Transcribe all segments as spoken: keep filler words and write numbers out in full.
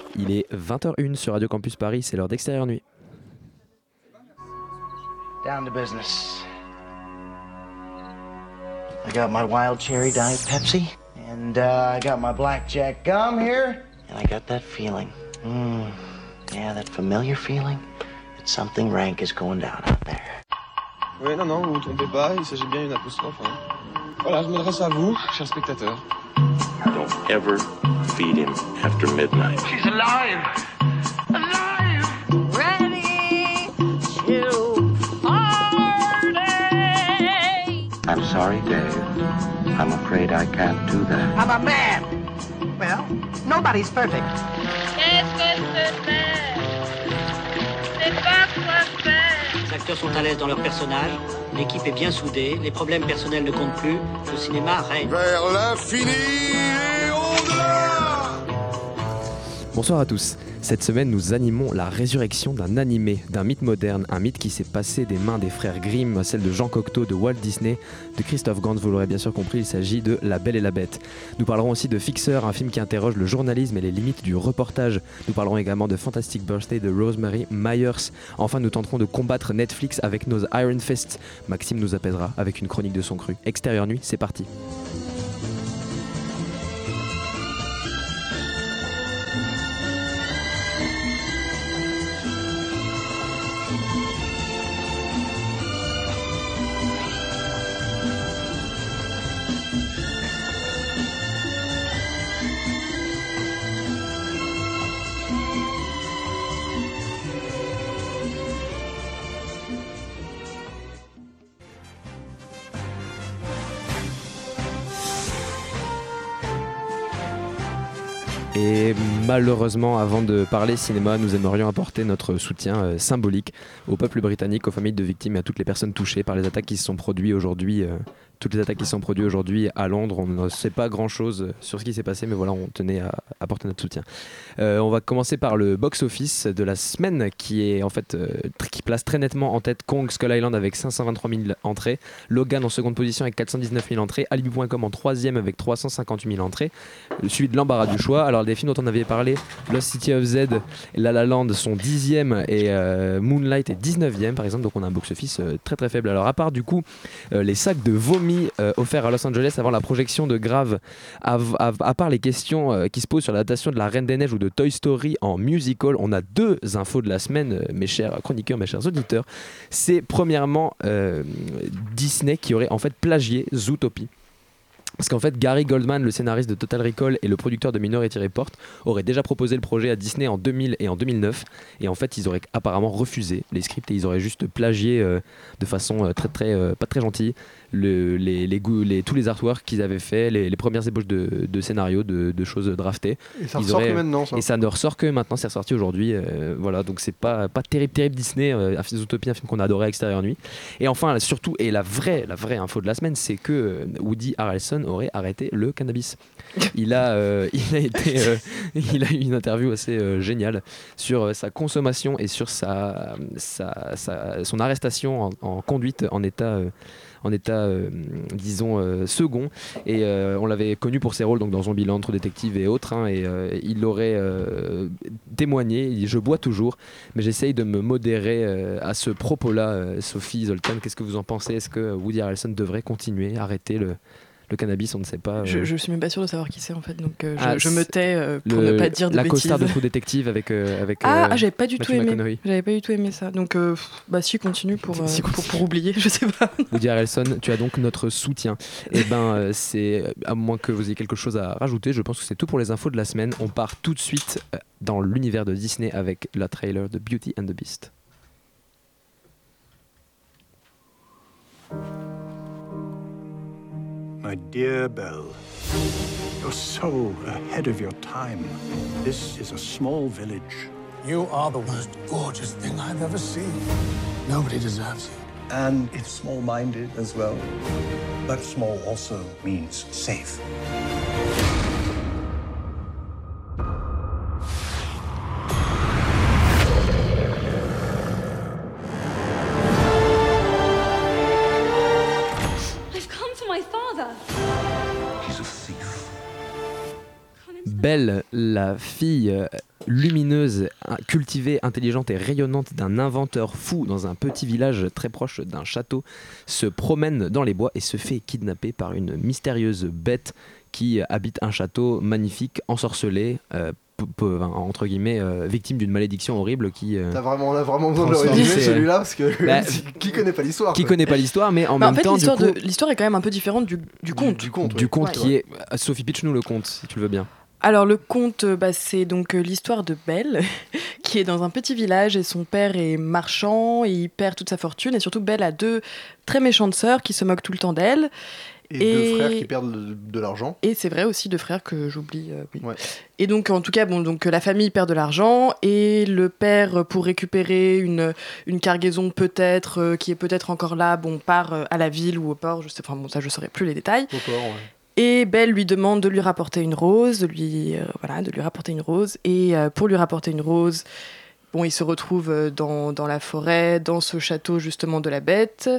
Il est vingt heures une sur Radio Campus Paris, c'est l'heure d'Extérieur Nuit. Down to business. I got my wild cherry Diet Pepsi, and uh, I got my blackjack gum here, and I got that feeling. Mm, yeah, that familiar feeling that something rank is going down out there. Oui, non, non, vous vous trompez pas, il s'agit bien d'une apostrophe. Hein. Voilà, je m'adresse à vous, chers spectateurs. Don't ever feed him after midnight. She's alive! Alive! Ready to party! I'm sorry, Dave. I'm afraid I can't do that. I'm a man! Well, nobody's perfect. Qu'est-ce que c'est? C'est pas quoi faire. Les acteurs sont à l'aise dans leur personnage, l'équipe est bien soudée, les problèmes personnels ne comptent plus, le cinéma règne. Vers l'infini et au-delà. Bonsoir à tous. Cette semaine, nous animons la résurrection d'un animé, d'un mythe moderne, un mythe qui s'est passé des mains des frères Grimm à celle de Jean Cocteau, de Walt Disney, de Christophe Gans, vous l'aurez bien sûr compris, il s'agit de La Belle et la Bête. Nous parlerons aussi de Fixer, un film qui interroge le journalisme et les limites du reportage. Nous parlerons également de Fantastic Birthday de Rosemary Myers. Enfin, nous tenterons de combattre Netflix avec nos Iron Fists. Maxime nous apaisera avec une chronique de son cru. Extérieur Nuit, c'est parti. Et malheureusement, avant de parler cinéma, nous aimerions apporter notre soutien euh, symbolique au peuple britannique, aux familles de victimes et à toutes les personnes touchées par les attaques qui se sont produites aujourd'hui. Euh, toutes les attaques qui se sont produites aujourd'hui à Londres. On ne sait pas grand-chose sur ce qui s'est passé, mais voilà, on tenait à apporter notre soutien. Euh, on va commencer par le box-office de la semaine, qui est en fait euh, qui place très nettement en tête Kong Skull Island avec cinq cent vingt-trois mille entrées, Logan en seconde position avec quatre cent dix-neuf mille entrées, Alibi point com en troisième avec trois cent cinquante-huit mille entrées, suivi de l'embarras du choix. Alors des films dont on avait parlé, Lost City of Z, La La Land sont dixième et euh, Moonlight est dix-neuvième par exemple, donc on a un box-office euh, très très faible. Alors à part du coup euh, les sacs de vomi euh, offerts à Los Angeles avant la projection de Grave, à, à, à part les questions euh, qui se posent sur l'adaptation de La Reine des Neiges ou de Toy Story en musical, on a deux infos de la semaine, euh, mes chers chroniqueurs, mes chers auditeurs. C'est premièrement euh, Disney qui aurait en fait plagié Zootopie. Parce qu'en fait, Gary Goldman, le scénariste de Total Recall et le producteur de Minority Report, auraient déjà proposé le projet à Disney en deux mille et en deux mille neuf. Et en fait, ils auraient apparemment refusé les scripts et ils auraient juste plagié euh, de façon euh, très, très, euh, pas très gentille le, les, les, les, tous les artworks qu'ils avaient fait, les, les premières ébauches de, de scénarios, de, de choses draftés. Et ça ils ressort auraient, que maintenant, ça. Et ça ne ressort que maintenant, c'est ressorti aujourd'hui. Euh, voilà, donc c'est pas, pas terrible, terrible Disney. Euh, un film Zootopie, un film qu'on a adoré à Extérieur Nuit. Et enfin, surtout, et la vraie, la vraie info de la semaine, c'est que Woody Harrelson aurait arrêté le cannabis. Il a, euh, il a été, euh, il a eu une interview assez euh, géniale sur euh, sa consommation et sur sa, sa, sa son arrestation en, en conduite en état, euh, en état, euh, disons euh, second. Et euh, on l'avait connu pour ses rôles donc dans Zombieland, True Detective et autres. Hein, et euh, il aurait euh, témoigné. Il dit, je bois toujours, mais j'essaye de me modérer euh, à ce propos-là. Euh, Sophie Zoltan, qu'est-ce que vous en pensez ? Est-ce que Woody Harrelson devrait continuer, arrêter le Le cannabis, on ne sait pas. Euh... Je, je suis même pas sûr de savoir qui c'est en fait, donc euh, je, ah, je me tais euh, pour le, ne pas dire de la bêtises. costard de True Detective avec euh, avec. Ah, euh, ah j'avais pas du Matthew tout aimé. McConaughey. J'avais pas du tout aimé ça. Donc euh, bah si continue pour, euh, si pour pour oublier, je sais pas. Woody Harrelson, tu as donc notre soutien. Et ben euh, c'est à moins que vous ayez quelque chose à rajouter, je pense que c'est tout pour les infos de la semaine. On part tout de suite dans l'univers de Disney avec la trailer de Beauty and the Beast. My dear Belle, you're so ahead of your time. This is a small village. You are the most gorgeous thing I've ever seen. Nobody deserves you. And it's small-minded as well. But small also means safe. Belle, la fille euh, lumineuse, in- cultivée, intelligente et rayonnante d'un inventeur fou dans un petit village très proche d'un château, se promène dans les bois et se fait kidnapper par une mystérieuse bête qui habite un château magnifique, ensorcelé, euh, p- p- enfin, entre guillemets, euh, victime d'une malédiction horrible qui... euh, T'as vraiment, on a vraiment besoin de le transforme résumer ses- celui-là parce que Bah, qui connaît pas l'histoire qui quoi. connaît pas l'histoire, mais en Bah, en même fait, temps, du l'histoire coup, de- l'histoire est quand même un peu différente du, du conte. Du conte, du oui. conte Ouais. qui est... Sophie, pitch-nous le conte, si tu le veux bien. Alors le conte, euh, bah, c'est donc euh, l'histoire de Belle, qui est dans un petit village et son père est marchand et il perd toute sa fortune. Et surtout, Belle a deux très méchantes sœurs qui se moquent tout le temps d'elle. Et, Et- deux frères qui perdent de, de l'argent. Et c'est vrai aussi deux frères que j'oublie. euh, oui. Ouais. Et donc en tout cas, bon, donc la famille perd de l'argent et le père, pour récupérer une, une cargaison peut-être euh, qui est peut-être encore là, bon, part euh, à la ville ou au port. Je sais, enfin bon, ça je saurais plus les détails. Au port, ouais. Et Belle lui demande de lui rapporter une rose, de lui, euh, voilà, de lui rapporter une rose. Et euh, pour lui rapporter une rose, bon, il se retrouve euh, dans, dans la forêt, dans ce château justement de la bête.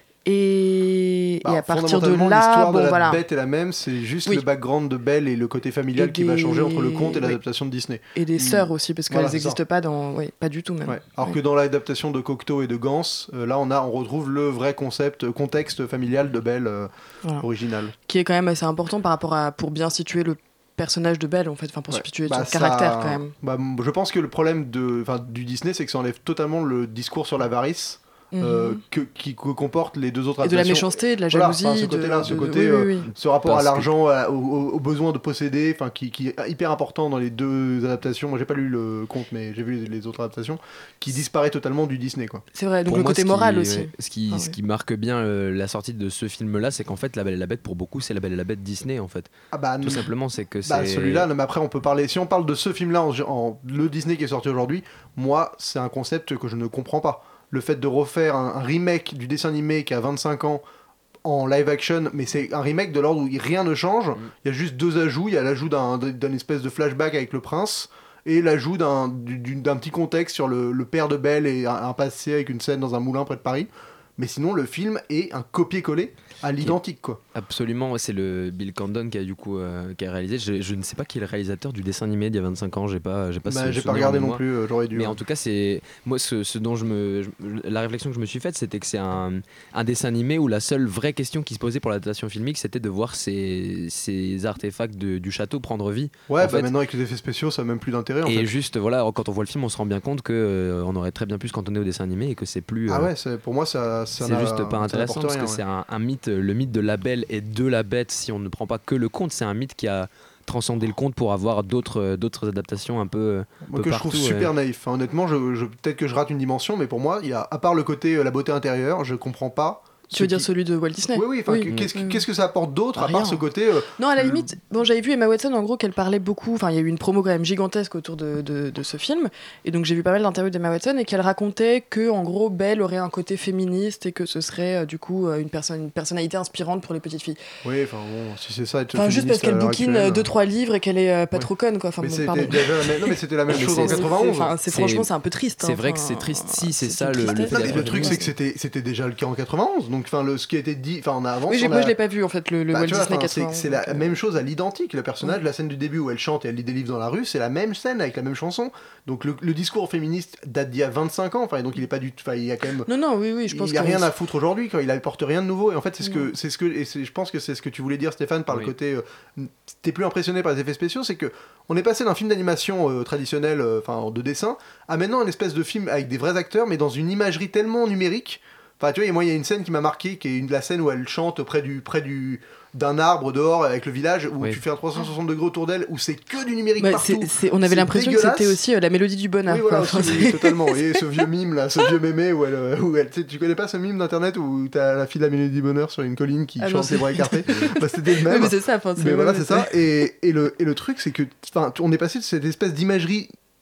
Et, Bah, et à partir de fondamentalement, là, l'histoire bon de la voilà. bête est la même, c'est juste Oui. le background de Belle et le côté familial Et qui va des- changer entre le conte et oui. l'adaptation de Disney. Et des Mm. sœurs aussi, parce qu'elles Voilà, c'est n'existent ça. pas dans. Oui, pas du tout même. Ouais. Alors Ouais. que dans l'adaptation de Cocteau et de Gans, euh, là on a, on retrouve le vrai concept, euh, contexte familial de Belle euh, Voilà. original. Qui est quand même assez important par rapport à. Pour bien situer le personnage de Belle, en fait, enfin, pour Ouais. situer Bah, son ça- caractère quand même. bah, m- je pense que le problème de, enfin, du Disney, c'est que ça enlève totalement le discours sur l'avarice. Euh, Mhm. que, qui que comportent les deux autres Et de la adaptations. méchanceté, de la Voilà, jalousie. enfin, ce de- côté-là, ce de- côté, oui, euh, oui, oui. ce rapport Parce à que- l'argent, à- au, au- au besoin de posséder, enfin qui, qui est hyper important dans les deux adaptations. Moi, j'ai pas lu le conte, mais j'ai vu les, les autres adaptations, qui disparaît totalement du Disney, quoi. C'est vrai, donc Pour le moi, côté ce qui- moral aussi. ouais, Ce qui, Ah, ce oui. qui marque bien euh, la sortie de ce film-là, c'est qu'en fait, La Belle et la Bête, pour beaucoup, c'est La Belle et la Bête Disney, en fait. Ah bah, Tout nous- simplement, c'est que Bah, c'est... celui-là, non, mais après on peut parler. Si on parle de ce film-là, en, en- le Disney qui est sorti aujourd'hui, moi, c'est un concept que je ne comprends pas. Le fait de refaire un, un remake du dessin animé qui a vingt-cinq ans en live action, mais c'est un remake de l'ordre où rien ne change. Il y a juste deux ajouts. Il y a l'ajout d'un, d'un espèce de flashback avec le prince et l'ajout d'un, du- du- d'un petit contexte sur le, le père de Belle et un, un passé avec une scène dans un moulin près de Paris. Mais sinon, le film est un copier-coller à l'identique, quoi. Absolument, ouais, c'est le Bill Condon qui a du coup euh, qui a réalisé. Je, je ne sais pas qui est le réalisateur du dessin animé d'il y a vingt-cinq ans. J'ai pas, j'ai pas. Bah, ce j'ai pas souvenir regardé en non mémoire. plus, euh, j'aurais dû. Mais hein. en tout cas, c'est moi ce, ce dont je me, je- la réflexion que je me suis faite, c'était que c'est un, un dessin animé où la seule vraie question qui se posait pour l'adaptation filmique, c'était de voir ces, ces artefacts de- du château prendre vie. Ouais, en bah fait. maintenant avec les effets spéciaux, ça a même plus d'intérêt. En Et fait. juste voilà, quand on voit le film, on se rend bien compte que euh, on aurait très bien pu se cantonner au dessin animé et que c'est plus. Ah euh, ouais, c'est, pour moi, ça, ça c'est n'a- juste pas ça intéressant n'apporte parce rien, que ouais. c'est un, un mythe, le mythe de la Belle et de la Bête. Si on ne prend pas que le conte, c'est un mythe qui a transcendé le conte pour avoir d'autres euh, d'autres adaptations un peu. euh, Moi peu que je partout, trouve ouais. super naïf. Enfin, honnêtement, je, je- peut-être que je rate une dimension, mais pour moi, il y a, à part le côté euh, la beauté intérieure, je comprends pas. Tu veux dire celui de Walt Disney? Oui, oui. enfin, que- Qu'est-ce, que- oui. qu'est-ce que ça apporte d'autre Bah, à part rien. ce côté euh, Non, à la le- limite, bon, j'avais vu Emma Watson en gros qu'elle parlait beaucoup. Enfin, il y a eu une promo quand même gigantesque autour de, de, de ce film, et donc j'ai vu pas mal d'interviews d'Emma Watson et qu'elle racontait que en gros Belle aurait un côté féministe et que ce serait euh, du coup euh, une personne, une personnalité inspirante pour les petites filles. Oui, enfin bon, si c'est ça. Être Enfin, juste parce féministe à qu'elle l'heure bouquine actuelle, euh, deux trois livres et qu'elle est euh, pas Ouais. trop conne quoi. Enfin, Mais bon, c'était pardon. déjà la même- non, mais c'était la même Mais chose c'est- en c'est- quatre-vingt-onze. Enfin, c'est franchement c'est un peu triste. C'est hein, vrai que enfin, c'est triste. Si, c'est c'est ça une le. tristesse. Non, mais fait le d'être truc, c'est que féministe. c'était, c'était déjà le cas en quatre-vingt-onze. Donc, enfin, le, ce qui a été dit, enfin, on a avancé. Oui, j'ai- on moi a- je l'ai pas vu en fait le, le Bah, Walt tu vois, Disney enfin, c'est, quatre-vingts. c'est la donc, euh, même chose à l'identique. Le personnage, la scène du début où elle chante et elle lit des livres dans la rue, c'est la même scène avec la même chanson. Donc le, le discours féministe date d'il y a vingt-cinq ans. Enfin, et donc il est pas du, enfin, il y a quand même. Non, non, oui, oui, je pense il y a que- rien à foutre aujourd'hui. Quand il apporte rien de nouveau. Et en fait, c'est ce que, Non. c'est ce que, et c'est- je pense que c'est ce que tu voulais dire, Stéphane, par Oui. le côté. Euh, t'es plus impressionné par les effets spéciaux, c'est que on est passé d'un film d'animation euh, traditionnel, euh, enfin de dessin, à maintenant une espèce de film avec des vrais acteurs, mais dans une imagerie tellement numérique. Enfin, tu vois, et moi, il y a une scène qui m'a marqué, qui est une, la scène où elle chante près du, près du, d'un arbre dehors avec le village, où Oui. tu fais un trois cent soixante degrés autour d'elle, où c'est que du numérique bah, partout. c'est- c'est- on avait C'est l'impression que dégueulasse. c'était aussi euh, la mélodie du bonheur. Oui, voilà, quoi. aussi, Enfin, oui, c'est- totalement. Et ce vieux mime là, ce vieux mémé où elle, euh, où elle tu sais, tu connais pas ce mime d'internet où t'as la fille de la Mélodie du Bonheur sur une colline qui Ah non, chante c'est- les bras écartés. Bah, c'était le Oui, même. mais c'est ça. Enfin, Mais ouais, voilà, ouais, c'est ça. Et, et, le, et le truc, c'est que enfin, on est passé de cette espèce d'imagerie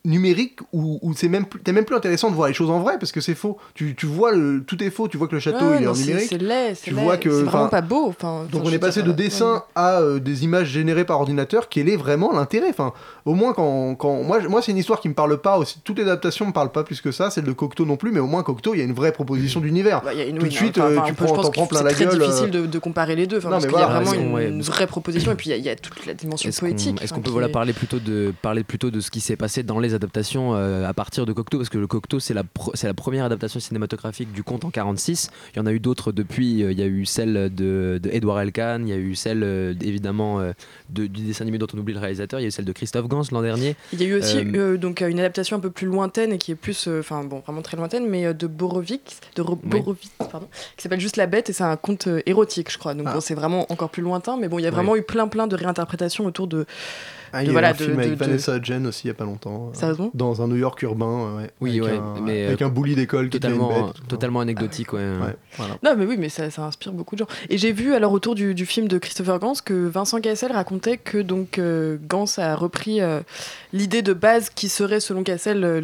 numérique où, où c'est même plus, t'es même plus intéressant de voir les choses en vrai parce que c'est faux. Tu, tu vois le, tout est faux. Tu vois que le château Ouais, il est non, en c'est- numérique. c'est laid, c'est tu laid. vois que C'est vraiment enfin, pas beau. Enfin, donc enfin, on je est veux passé dire, de ouais. dessins à euh, des images générées par ordinateur. Quel est vraiment l'intérêt? Enfin, au moins quand, quand moi, moi c'est une histoire qui me parle pas aussi. Toutes les adaptations me parlent pas plus que ça. Celle de Cocteau non plus, mais au moins Cocteau il y a une vraie proposition d'univers. Bah, il y a une- Tout oui, de non, suite enfin, euh, enfin, tu on peut- prends, je pense t'en que prends plein c'est la très gueule. difficile euh, de, de comparer les deux. Enfin, Non, parce mais qu'il y a voilà, vraiment est-ce qu'on- une ouais. vraie proposition et puis il y a- il y, a toute la dimension Est-ce qu'on poétique. est-ce enfin, qu'on peut qui voilà, est- parler, plutôt de, parler plutôt de ce qui s'est passé dans les adaptations euh, à partir de Cocteau, parce que le Cocteau c'est la, pro- c'est la première adaptation cinématographique du conte en quarante-six. Il y en a eu d'autres depuis. euh, Il y a eu celle de, de Edouard Elkann, il y a eu celle euh, évidemment euh, de- du dessin animé dont on oublie le réalisateur, il y a eu celle de Christophe Gans l'an dernier. Il y a eu aussi Euh, euh, donc euh, une adaptation un peu plus lointaine et qui est plus, euh, enfin bon, vraiment très lointaine, mais euh, de Borowicz, de Ro- Oui. Borowicz, pardon, qui s'appelle juste La Bête et c'est un conte euh, érotique, je crois. Donc Ah. bon, c'est vraiment encore plus lointain, mais bon, il y a vraiment Ouais. eu plein plein de réinterprétations autour de. Ah, il y de- a eu voilà, un de- film de- avec de- Vanessa Hudgens aussi il y a pas longtemps. euh, Sérieusement Dans un New York urbain, ouais. Oui, avec ouais, un, mais, avec euh, un bully d'école qui devient une totalement, bête. totalement anecdotique. Ouais. Ouais, voilà. Non, mais oui, mais ça, ça inspire beaucoup de gens. Et j'ai vu alors autour du, du film de Christopher Gans que Vincent Cassel racontait que donc euh, Gans a repris euh, l'idée de base qui serait selon Cassel le,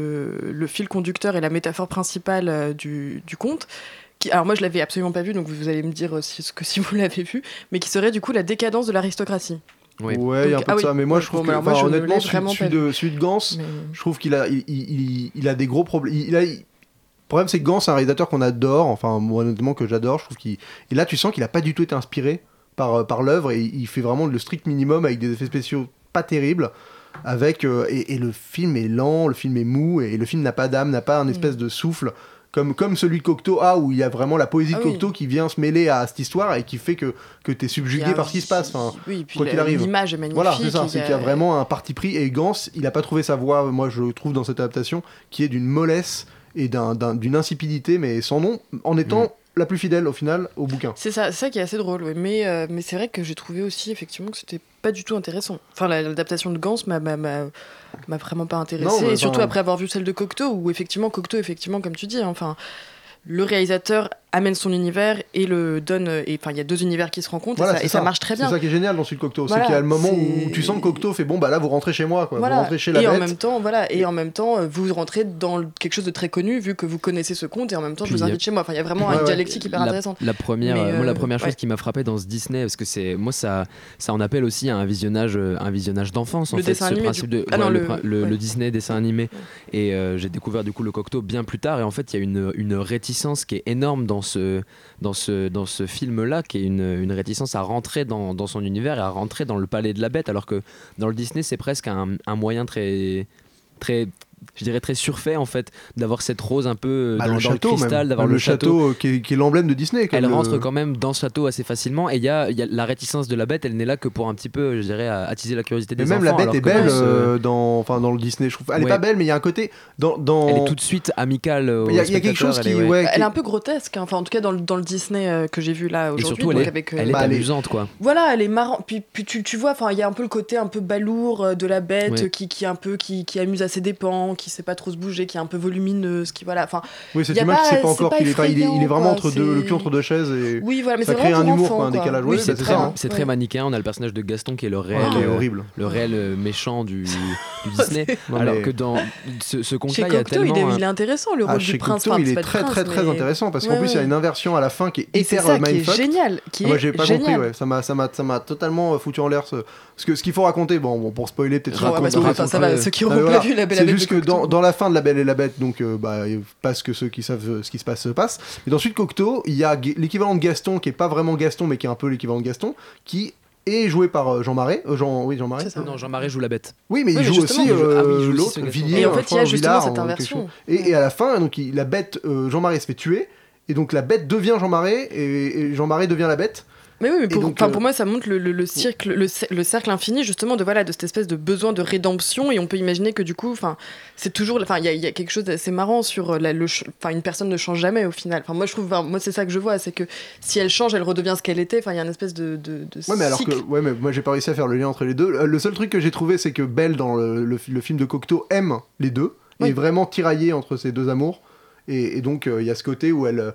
le fil conducteur et la métaphore principale euh, du, du conte. Qui, alors moi je l'avais absolument pas vu, donc vous allez me dire euh, si, ce que si vous l'avez vu, mais qui serait du coup la décadence de l'aristocratie. Oui. Ouais, il y a un Donc- peu ah de oui. ça, mais moi Ouais, je trouve bon, que, alors moi, enfin, je ne honnêtement, l'ai celui, vraiment celui pas de, celui de Gans, Mais- je trouve qu'il a, il, il- il- il a des gros problèmes. Il, il a, il- Le problème, c'est que Gans, c'est un réalisateur qu'on adore, enfin, moi, honnêtement, que j'adore. Je trouve qu'il. Et là, tu sens qu'il a pas du tout été inspiré par, euh, par l'œuvre et il fait vraiment le strict minimum avec des effets spéciaux pas terribles. Avec, euh, et, et le film est lent, le film est mou, et le film n'a pas d'âme, n'a pas un espèce de souffle. Comme, comme celui de Cocteau a, où il y a vraiment la poésie Ah de oui. Cocteau qui vient se mêler à cette histoire et qui fait que, que tu es subjugué Il y a- par ce qui se passe. Enfin, Oui, puis quoi la- qu'il arrive. l'image est magnifique. Voilà, c'est ça, il y c'est a- qu'il y a vraiment un parti pris. Et Gans, il n'a pas trouvé sa voix, moi je trouve, dans cette adaptation, qui est d'une mollesse et d'un- d'un- d'une insipidité, mais sans nom, en étant Mm. la plus fidèle au final au bouquin. C'est ça, c'est ça qui est assez drôle, ouais. mais, euh, mais c'est vrai que j'ai trouvé aussi effectivement que c'était pas du tout intéressant. Enfin, la- l'adaptation de Gans m'a, m'a, m'a, m'a vraiment pas intéressée, Non, mais et surtout enfin- après avoir vu celle de Cocteau, où effectivement, Cocteau, effectivement, comme tu dis, hein, enfin, le réalisateur amène son univers et le donne, et enfin, il y a deux univers qui se rencontrent, Voilà, et, ça, c'est et ça marche très bien. C'est ça qui est génial dans celui de Cocteau, Voilà, c'est qu'il y a le moment c'est- où tu sens que Cocteau fait bon, bah là vous rentrez chez moi, quoi. Voilà. Vous rentrez chez la et en bête. même temps, voilà, et en même temps, euh, vous rentrez dans le- quelque chose de très connu, vu que vous connaissez ce conte, et en même temps, Puis je vous il y a- invite chez moi. Enfin, il y a vraiment Ouais, une ouais. dialectique hyper la, intéressante. la première, Mais, euh, moi, la euh, première chose ouais. qui m'a frappé dans ce Disney, parce que c'est, moi, ça, ça en appelle aussi à un visionnage, euh, un visionnage d'enfance, en Le fait, dessin ce animé, principe du de, coup. Ah non, ouais, le, le- prin- le- ouais. le Disney dessin animé. Et euh, j'ai découvert du coup le Cocteau bien plus tard. Et en fait, il y a une, une réticence qui est énorme dans ce, dans ce, dans ce film-là, qui est une, une réticence à rentrer dans, dans son univers et à rentrer dans le palais de la bête, alors que dans le Disney, c'est presque un, un moyen très, très, je dirais très surfait en fait, d'avoir cette rose un peu Bah, dans, le dans château, le cristal, même. d'avoir le, le château. euh, qui est, qui est l'emblème de Disney. comme Elle le- rentre quand même dans ce château assez facilement, et il y a, il y a la réticence de la bête, elle n'est là que pour un petit peu, je dirais, à- attiser la curiosité des Mais même enfants. la bête alors est que belle dans ce- euh, dans, enfin, dans le Disney, je trouve. Elle est Ouais. pas belle, mais il y a un côté. Dans, dans... Elle est tout de suite amicale. au Il y a- il y a quelque spectateur, chose elle qui- est- ouais, Elle est un peu grotesque, hein. Enfin, en tout cas, dans le, dans le Disney euh, que j'ai vu là Et aujourd'hui. surtout, elle donc est, avec, euh, elle est Bah, elle est- amusante, quoi. Voilà, elle est marrante. Puis, puis tu, tu vois, enfin, il y a un peu le côté un peu balourd euh, de la bête Ouais. qui, qui un peu qui, qui amuse à ses dépens, qui sait pas trop se bouger, qui est un peu volumineuse, qui voilà. Enfin, Oui, cette y a image, pas- tu sais pas c'est encore pas qu'il est, enfin, il est, il est effrayant, vraiment quoi, entre deux, le c'est- cul entre deux chaises et oui, voilà, mais ça c'est crée vraiment un pour humour, enfants, quoi, un quoi. décalage. Oui, Ouais, c'est bah, c'est très, ça, hein. C'est très manichéen. On a le personnage de Gaston qui est le réel, qui est euh, horrible. le réel euh, méchant du, du Disney. Non, alors mais- que dans ce, ce Chez conte-là, il y a Cocteau, il tellement. est, un- il est intéressant le Ah, rôle chez du prince. Cocteau, Enfin, il c'est est pas très le très prince, très mais- intéressant parce qu'en Ouais, plus il y a ouais. une inversion à la fin qui est Et c'est hyper ça euh, qui est mindfuck. génial, qui Moi est j'ai pas génial. compris, ouais. ça m'a ça m'a ça m'a totalement euh, foutu en l'air ce parce que ce qu'il faut raconter, bon, bon pour spoiler peut-être. je Oh, ouais, raconte bah, un peu enfin, son ça va, truc. ceux qui Non, mais auront voilà. pas vu La Belle et la C'est Bête juste de que dans, Cocteau. dans la fin de La Belle et la Bête, donc euh, bah parce que ceux qui savent euh, ce qui se passe se passe. Et ensuite Cocteau, il y a Ga- l'équivalent de Gaston qui est pas vraiment Gaston mais qui est un peu l'équivalent de Gaston qui est joué par euh, Jean Marais, euh, Jean oui Jean Marais. C'est ça. Non, Jean Marais joue la bête. Oui, mais Oui, il mais joue justement, aussi il joue- ah oui, il euh, joue aussi l'autre, ce Gaston. Villiers. Et en fait, enfin, il y a justement Villard, cette ou quelque inversion. chose. Et, et à la fin, donc il- la bête, euh, Jean Marais se fait tuer, et donc la bête devient Jean Marais, et, et Jean Marais devient la bête. Mais oui, mais pour, donc, enfin, euh, pour moi, ça montre le, le, le, cercle, le, cer- le cercle infini, justement, de, voilà, de cette espèce de besoin de rédemption. Et on peut imaginer que, du coup, enfin, c'est toujours. Enfin, il y a, il y a quelque chose d'assez marrant sur. La, le, ch- enfin, une personne ne change jamais, au final. Enfin, moi, je trouve. Enfin, moi, c'est ça que je vois. C'est que si elle change, elle redevient ce qu'elle était. Enfin, il y a une espèce de. de, de Ouais, mais alors cycle. que, ouais, mais moi j'ai pas réussi à faire le lien entre les deux. Euh, Le seul truc que j'ai trouvé, c'est que Belle, dans le, le, le film de Cocteau, aime les deux, et Oui. est vraiment tiraillée entre ces deux amours. Et, et donc, euh, il y a ce côté où elle. euh,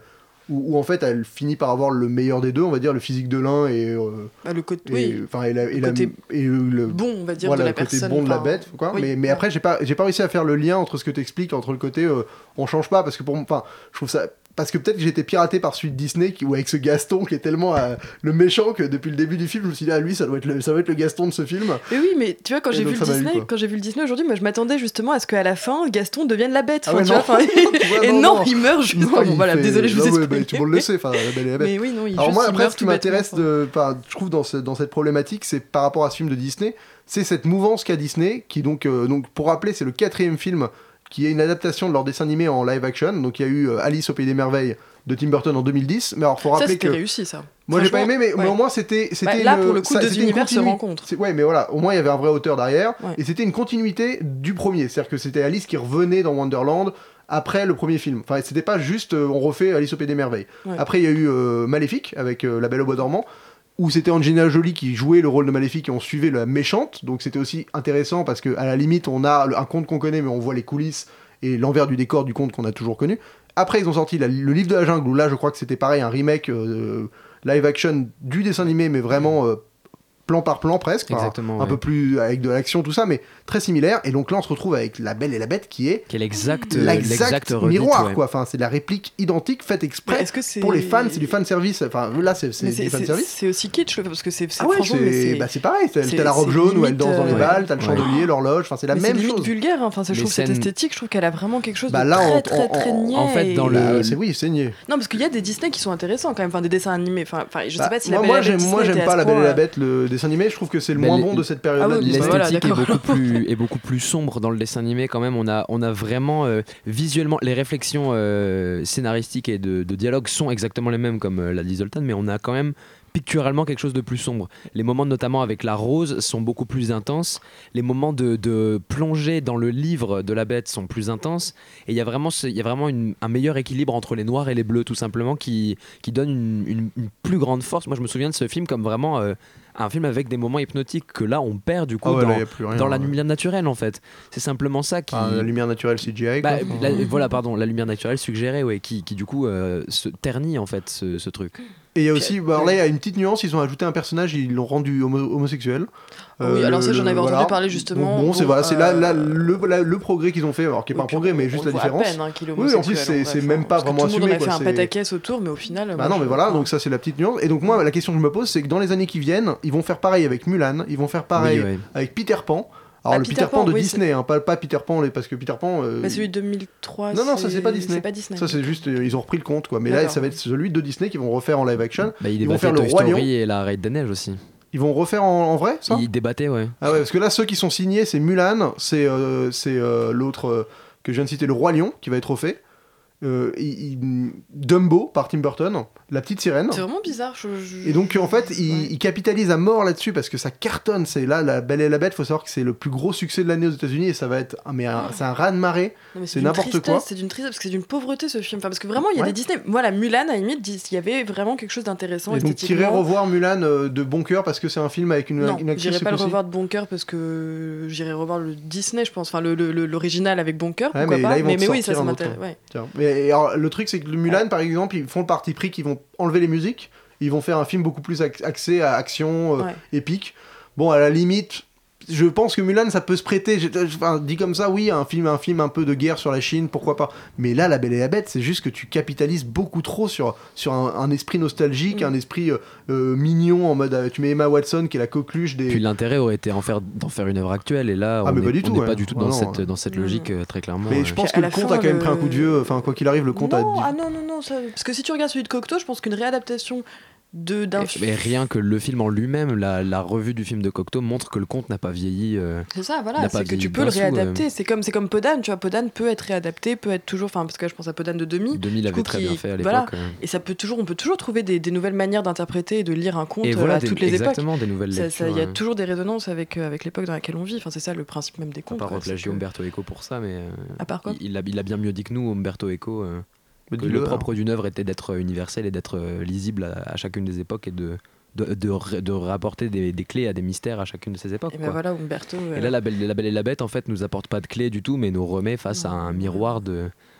où, où en fait elle finit par avoir le meilleur des deux, on va dire le physique de l'un et, euh, Bah, le côté, et, oui, enfin, et, la, et, le la- côté et le bon, on va dire, voilà, de la le côté personne. bon de la enfin, bête, quoi. oui. mais, mais après j'ai pas, j'ai pas réussi à faire le lien entre ce que tu expliques, entre le côté euh, on change pas, parce que pour moi, enfin, je trouve ça. Parce que peut-être que j'ai été piraté par celui de Disney qui, ou avec ce Gaston qui est tellement euh, le méchant que depuis le début du film je me suis dit ah lui ça doit être le, ça doit être le Gaston de ce film. Mais oui, mais tu vois, quand Et j'ai donc vu le ça m'a eu, Disney, quoi. quand j'ai vu le Disney aujourd'hui, moi je m'attendais justement à ce qu'à la fin Gaston devienne la bête. Ah Enfin, ouais, tu non. vois, enfin, Tu vois, et non, non, non. il meurt juste. Non, Enfin, il bon, voilà, fait- désolé, je vous non, ai ouais, spoilé. bah, tout le monde le sait, enfin, la Belle et la Bête. Mais oui, non, il Alors juste, moi il après meurt ce qui tout m'intéresse bêtement, de, enfin, je trouve dans, ce- dans cette problématique, c'est par rapport à ce film de Disney, c'est cette mouvance qu'a Disney, qui donc, euh, donc pour rappeler, c'est le quatrième film qui est une adaptation de leur dessin animé en live action. Donc il y a eu euh, Alice au Pays des Merveilles de Tim Burton en deux mille dix, mais alors faut Ça, rappeler c'était que réussi, ça. moi j'ai pas aimé, mais, Franchement, mais au ouais. moins c'était c'était Bah, là, une- pour le coup, ça- deux c'était une univers se continu- rencontrent. c'est- Ouais, mais voilà, au moins il y avait un vrai auteur derrière, Ouais. et c'était une continuité du premier, c'est-à-dire que c'était Alice qui revenait dans Wonderland après le premier film. Enfin, c'était pas juste euh, on refait Alice au Pays des Merveilles. Ouais. Après il y a eu euh, Maléfique avec euh, La Belle au Bois dormant, où c'était Angelina Jolie qui jouait le rôle de Maléfique et on suivait la méchante, donc c'était aussi intéressant parce que à la limite on a le- un conte qu'on connaît mais on voit les coulisses et l'envers du décor du conte qu'on a toujours connu. Après ils ont sorti la- le livre de la jungle où là je crois que c'était pareil, un remake euh, live action du dessin animé mais vraiment euh, plan par plan presque, enfin, Exactement, un ouais. peu plus avec de l'action tout ça mais très similaire, et donc là on se retrouve avec La Belle et la Bête qui est Quel exact, l'exact l'exact redite, miroir ouais. quoi, enfin c'est la réplique identique faite Mais exprès est-ce que c'est- pour les fans, c'est du fan service, enfin là c'est c'est Mais du c'est- fan c'est service. c'est aussi kitsch, parce que c'est c'est- Ah ouais, franchement, mais c'est c'est bah, c'est pareil, t'as c'est- t'as la robe c'est jaune où elle limite, danse dans les euh, balles, t'as le ouais. chandelier, l'horloge, enfin c'est la mais c'est même limite chose. vulgaire, hein. Enfin, ça, je Les trouve cette scènes- esthétique, je trouve qu'elle a vraiment quelque chose Bah de là, très en- très en- très en- niais. en fait, dans et- le- Bah, c'est oui, c'est niais. Non, parce qu'il y a des Disney qui sont intéressants quand même, enfin des dessins animés. Enfin, enfin, je sais Bah, pas si moi, la Belle moi, et la j'aime, Bête moi Disney j'aime était pas à La ce Belle et point, la euh, Bête, le dessin animé, je trouve que c'est le Mais moins les- bon de cette période-là. Ah oui, Disney. bah voilà, L'esthétique est d'accord. beaucoup plus est beaucoup plus sombre dans le dessin animé quand même. On a on a vraiment euh, visuellement les réflexions euh, scénaristiques et de, de dialogue sont exactement les mêmes comme euh, l'a dit Zoltan, mais on a quand même picturalement quelque chose de plus sombre. Les moments notamment avec la rose sont beaucoup plus intenses. Les moments de, de plongée dans le livre de la bête sont plus intenses. Et il y a vraiment, ce- il y a vraiment une- un meilleur équilibre entre les noirs et les bleus tout simplement qui, qui donne une, une- une plus grande force. Moi je me souviens de ce film comme vraiment euh, un film avec des moments hypnotiques que là on perd du coup Ah ouais, là, dans, y a plus rien, dans la ouais. lumière naturelle en fait. C'est simplement ça qui... Ah, la lumière naturelle C G I. Bah, quoi. la- voilà, pardon, la lumière naturelle suggérée, ouais, qui, qui du coup euh, se ternit en fait ce, ce truc. Et il y a aussi, bah, alors là il y a une petite nuance, ils ont ajouté un personnage, ils l'ont rendu homo- homosexuel. Ah oui, alors ça, j'en avais entendu voilà. parler, justement. Bon, bon, c'est Bon, voilà, c'est là, euh, là le, la- le progrès qu'ils ont fait, alors qui est pas un progrès mais juste la différence. À peine, hein, qu'il est Oui, en plus homosexuel, c'est vrai, c'est enfin, même pas parce que vraiment tout le monde assumé. en a fait quoi, un c'est- pataquès autour, mais au final. Bah moi, non, je- mais voilà, enfin, donc ça c'est la petite nuance. Et donc moi, la question que je me pose, c'est que dans les années qui viennent, ils vont faire pareil avec Mulan, ils vont faire pareil Oui, ouais. avec Peter Pan. Alors Ah, le Peter Peter Pan Pan, de oui, Disney, hein, pas, pas Peter Pan, les- parce que Peter Pan. euh, Bah, celui de deux mille trois. Non, non, ça c'est pas Disney. C'est pas Disney. Ça c'est juste, euh, ils ont repris le compte quoi. Mais là, D'accord. ça va être celui de Disney qu'ils vont refaire en live action. Bah, il Ils vont débattait faire le Toy Roi Story Lion. et la Reine des Neiges aussi. Ils vont refaire en, en vrai ça Il débattait, ouais. Ah ouais, parce que là, ceux qui sont signés, c'est Mulan, c'est euh, c'est euh, l'autre euh, que je viens de citer, le Roi Lion, qui va être refait. Euh, il- il- Dumbo par Tim Burton, la petite sirène. C'est vraiment bizarre. je- je- Et donc en fait, il, Ouais. il capitalise à mort là-dessus parce que ça cartonne. C'est là, La Belle et la Bête. Faut savoir que c'est le plus gros succès de l'année aux États-Unis et ça va être, ah, mais un- c'est un raz de marée. Non, mais c'est d'une n'importe tristesse, quoi. C'est d'une tristesse parce que c'est d'une pauvreté ce film. Enfin, parce que vraiment, il y a Ouais. des Disney. Voilà, Mulan, à la limite, dis- il y avait vraiment quelque chose d'intéressant. Et donc esthétiquement. tirez revoir Mulan euh, de bon cœur parce que c'est un film avec une, Non, une actrice. j'irai pas le aussi. revoir de bon cœur parce que j'irai revoir le Disney, je pense. Enfin, le- le- le- l'original avec bon cœur, Ouais, pourquoi mais pas. là, ils vont mais, te mais oui, ça, sortir ça un m'intéresse. autre. Ouais. Tiens. Mais alors, le truc, c'est que le Mulan, par exemple, ils font le parti pris qu'ils vont enlever les musiques. Ils vont faire un film beaucoup plus ac- axé à action euh, Ouais. épique. Bon, à la limite, je pense que Mulan, ça peut se prêter. j'ai- Enfin, dit comme ça, oui, un film, un film un peu de guerre sur la Chine, pourquoi pas. Mais là, La Belle et la Bête, c'est juste que tu capitalises beaucoup trop sur, sur un, un esprit nostalgique, Mm. un esprit euh, euh, mignon en mode. euh, tu mets Emma Watson qui est la coqueluche des. Puis l'intérêt aurait été en faire, d'en faire une œuvre actuelle, et là, Ah, on mais n'est pas du tout, on n'est ouais. pas du tout Ah dans, non, cette, ouais. dans cette Non, logique, euh, très clairement. Mais ouais. je pense Puis que à le la compte fin, a quand même le- pris un coup de vieux. Enfin, quoi qu'il arrive, le compte non, a. ah non, non, non. Ça... Parce que si tu regardes celui de Cocteau, je pense qu'une réadaptation de d'un Mais rien que le film en lui-même, la, la revue du film de Cocteau montre que le conte n'a pas vieilli. euh, C'est ça, Il voilà, n'a pas c'est que vieilli tu peux d'un le sou, réadapter. C'est comme, c'est comme Podane, tu vois, Podane peut être réadapté, peut être toujours, enfin, parce que je pense à Podane de Demi. Demi du l'avait coup, très qui- bien fait à l'époque. voilà. euh. Et ça peut toujours, on peut toujours trouver des, des nouvelles manières d'interpréter et de lire un conte Et euh, voilà, à des- toutes les époques. exactement, des nouvelles Ça- ça- Il y a lectures, euh. toujours des résonances avec, euh, avec l'époque dans laquelle on vit. Enfin, c'est ça le principe même des On contes. va pas quoi, c'est replagier que- Umberto Eco pour ça, mais euh, À part quoi il, il a, il a bien mieux dit que nous, Umberto Eco, euh, Mais que dis-le, le alors. propre d'une œuvre était d'être universel et d'être euh, lisible à, à chacune des époques et de, de, de, r- de rapporter des, des clés à des mystères à chacune de ces époques. Et ben quoi. voilà, Umberto. Et euh, là, la belle, la Belle et la Bête, en fait, nous apporte pas de clés du tout, mais nous remet face à un miroir de,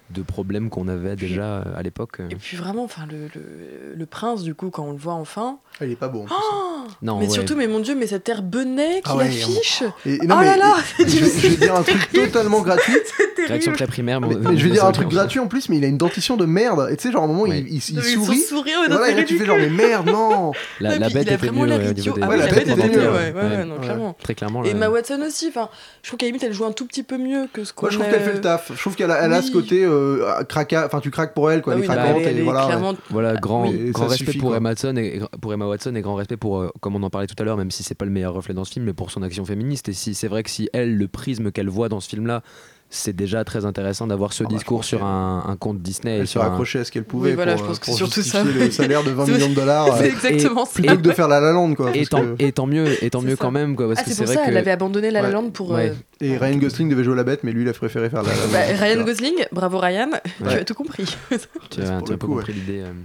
de problèmes qu'on avait déjà à l'époque. Et puis vraiment, enfin, le, le, le prince, du coup, quand on le voit enfin. Ah, il est pas beau. En plus. Oh non, mais ouais. surtout, mais mon Dieu, mais cet air benet qu'il Ah ouais, affiche. Et, et oh non, là mais, là et, je, vais, je vais dire un truc totalement gratuit. Réaction très primaire. Mais, mais je vais dire un truc gratuit en plus, mais il a une dentition de merde. Et tu sais, genre à un moment, ouais. il, il, il non, sourit. Sourire, et voilà, et là, tu fais genre, mais merde, non. La, ouais, la bête il a était vraiment mieux l'air ouais, au idiot. niveau des... Ah ouais, oui, la la bête bête était était mieux, mieux, ouais, ouais, ouais. ouais, non, Ouais. clairement. Très clairement. Et là... Ma Watson aussi, enfin, je trouve qu'à la limite, elle joue un tout petit peu mieux que ce qu'on Moi, je trouve a- qu'elle fait le taf. Je trouve qu'elle a, elle a Oui. ce côté euh, craquage. Enfin, tu craques pour elle, quoi. Ah Elle oui, est non, craquante. elle est- elle et est voilà. clairement- Voilà, grand, Oui, grand ça respect suffit, pour quoi. Emma Watson et pour Emma Watson et grand respect pour, euh, comme on en parlait tout à l'heure, même si c'est pas le meilleur reflet dans ce film, mais pour son action féministe. Et si c'est vrai que si elle, le prisme qu'elle voit dans ce film-là, c'est déjà très intéressant d'avoir ce Ah bah, je discours pense sur que- un, un conte Disney. et Elle se sur un- raccrochait à ce qu'elle pouvait Oui, voilà, pour, je pense que pour c'est surtout justifier ça. le salaire de vingt C'est- millions de dollars. C'est euh, exactement ça. Plutôt que de faire La La Land, quoi. Et parce tant, que- et tant mieux, et tant C'est mieux ça. quand même, quoi, parce Ah, que c'est c'est pour vrai ça, que elle avait abandonné La La Ouais. Land pour. Ouais. euh, Et Ryan Gosling devait jouer la bête, mais lui, il a préféré faire La La Land. bah, Tu Ryan vois. Gosling, bravo Ryan, tu Ouais. as tout compris. tu as un pour peu le coup, compris l'idée. euh.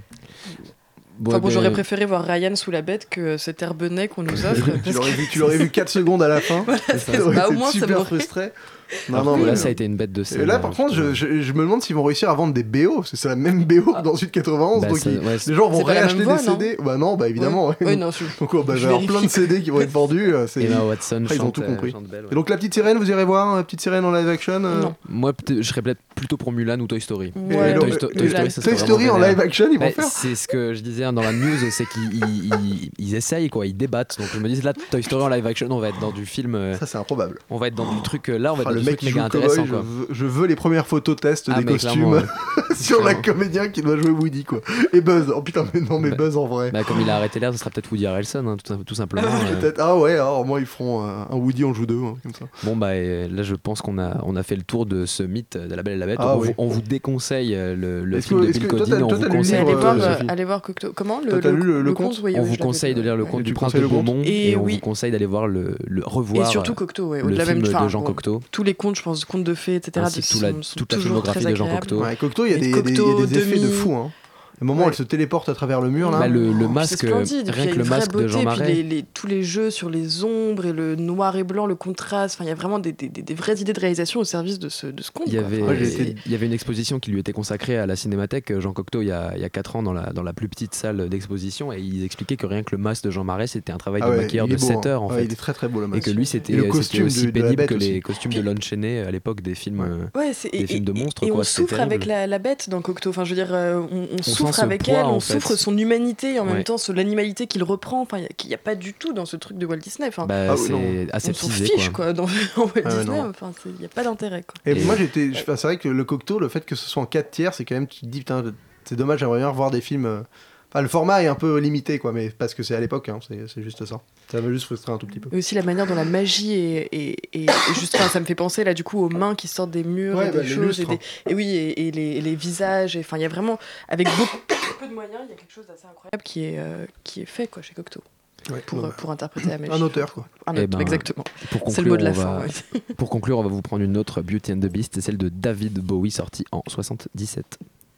Enfin bon, ben, j'aurais préféré voir Ryan sous la bête que cet air benet qu'on nous offre. tu parce l'aurais que- vu, tu l'aurais vu quatre secondes à la fin. Voilà, Ça c'est aurait ça. Au été moins, ça super m'aurait- frustré. alors Non, non, que là, mais- ça a été une bête de scène. Et là, euh, par contre, je je, je, je me demande s'ils vont réussir à vendre des B O, parce que c'est la même B O que dans Sud quatre-vingt-onze, Bah, donc ça- ils- ouais, c'est- les gens vont c'est pas la réacheter même voix, des C D. Bah non, bah évidemment. Ouais. ouais. Ouais, non, je- Donc on va je avoir plein de vérifie. C D qui vont être vendus. euh, c'est- Emma Watson Ah, ils ont chante, tout euh, compris. chante belle, ouais. Et donc la petite sirène, vous irez voir, la petite sirène en live action euh, Non. Moi, peut-être- je serais peut-être plutôt pour Mulan ou Toy Story. Et Ouais, donc, Toy, Sto- euh, Toy Story, Mulan. ça Toy serait Story vraiment en vénère. live action, ils vont Bah, faire. c'est ce que je disais hein, dans la news, c'est qu'ils ils, ils- ils essayent, quoi, ils débattent. Donc je me dis, là, Toy Story en live action, on va être dans du film, euh, Ça, c'est improbable. on va être dans du truc, euh, là, on va être Ah, dans le du mec truc qui joue méga le cowboy, intéressant, je quoi. veux, je veux les premières photos test Ah, des mais costumes clairement, ouais. sur la Clairement. comédien qui doit jouer Woody, quoi. Et Buzz. Oh putain, mais non, mais Bah, Buzz en vrai. Bah, comme il a arrêté l'air, ce sera peut-être Woody Harrelson, hein, tout, tout simplement. euh. Peut-être. Ah ouais, alors moi ils feront euh, un Woody en joue deux, hein, comme ça. Bon bah et là je pense qu'on a on a fait le tour de ce mythe de La Belle et la Bête. Ah, on, oui. vous, on vous déconseille euh, le, le Est-ce film que- de est-ce Bill que toi, Cody. t'as- On toi, vous t'as lu le conseille, Mais allez livre, voir, euh, euh, Sophie allez voir Cocteau. Comment Toi, t'as lu le- le conte conte oui, on oui, vous je l'avais conseille de lu, lire le ouais. conte Et du tu Prince conseilles de le conte Beaumont Et et, on oui. vous conseille d'aller voir le, le revoir Et surtout Cocteau, ouais, le au-delà film même de enfin, Jean bon, Cocteau. Tous les contes, je pense, contes de fées, et cetera. Ainsi de- que tout la- sont- sont toute la toujours filmographie très de Jean agréables. Cocteau. Ouais, Cocteau, il y a Et des, il y a des- il y a Cocteau, des effets de Demi. fou. Hein. Le moment où Ouais. elle se téléporte à travers le mur là. Bah, le, le Oh, masque, c'est splendide. Et puis, rien il y a que le une vraie masque de beauté, Jean et puis Marais. les- les- tous les jeux sur les ombres et le noir et blanc, le contraste. Enfin, il y a vraiment des, des, des- des vraies idées de réalisation au service de ce, de ce conte. Il y, quoi. avait, Enfin, Ouais, j'ai c'est- été- il y avait une exposition qui lui était consacrée à la Cinémathèque, Jean Cocteau, il y a, il y a quatre ans, dans la, dans la plus petite salle d'exposition, et ils expliquaient que rien que le masque de Jean Marais, c'était un travail Ah de ouais, maquilleur il est de beau, sept hein. heures, en Ouais, fait. il est très très beau le Et masque. que lui, c'était Et le c'était costume aussi de- de la pénible bête que les aussi. costumes de Lon Chaney à l'époque des films. euh, Ouais, c'est, des et, films de et- monstres, et quoi, on c'était souffre terrible. avec la, la bête dans Cocteau. Enfin, je veux dire, euh, on, on souffre sent ce avec poids, elle, en on fait. souffre son humanité et en Ouais. même temps ce- l'animalité qu'il reprend. Enfin, il n'y a, pas du tout dans ce truc de Walt Disney. Enfin, bah, Ah oui, c'est non. on s'en aseptisé, fiche quoi. quoi. Dans, en Walt Ah ouais, Disney, non. enfin, il n'y a pas d'intérêt. Quoi. Et Et- moi j'étais. enfin, c'est vrai que le Cocteau, le fait que ce soit en quatre tiers, c'est quand même. Tu te dis putain, c'est dommage, j'aimerais bien revoir des films. euh, Enfin, le format est un peu limité, quoi, mais parce que c'est à l'époque, hein, c'est, c'est juste ça. Ça m'a juste frustré un tout petit peu. Et aussi la manière dont la magie est, est- est- est juste. Enfin, ça me fait penser là du coup aux mains qui sortent des murs Ouais, et bah, des les choses. Et, lustres. des- et oui, et, et les, et les visages. et- Enfin, il y a vraiment, avec beaucoup peu de moyens, il y a quelque chose d'assez incroyable qui est, euh, qui est fait quoi, chez Cocteau. Ouais, Pour, ouais. euh, pour interpréter la magie. Un auteur, quoi. Un Eh auteur, ben, exactement. Pour C'est le mot de la on fin. va- ouais. Pour conclure, on va vous prendre une autre Beauty and the Beast, c'est celle de David Bowie, sortie en soixante-dix-sept.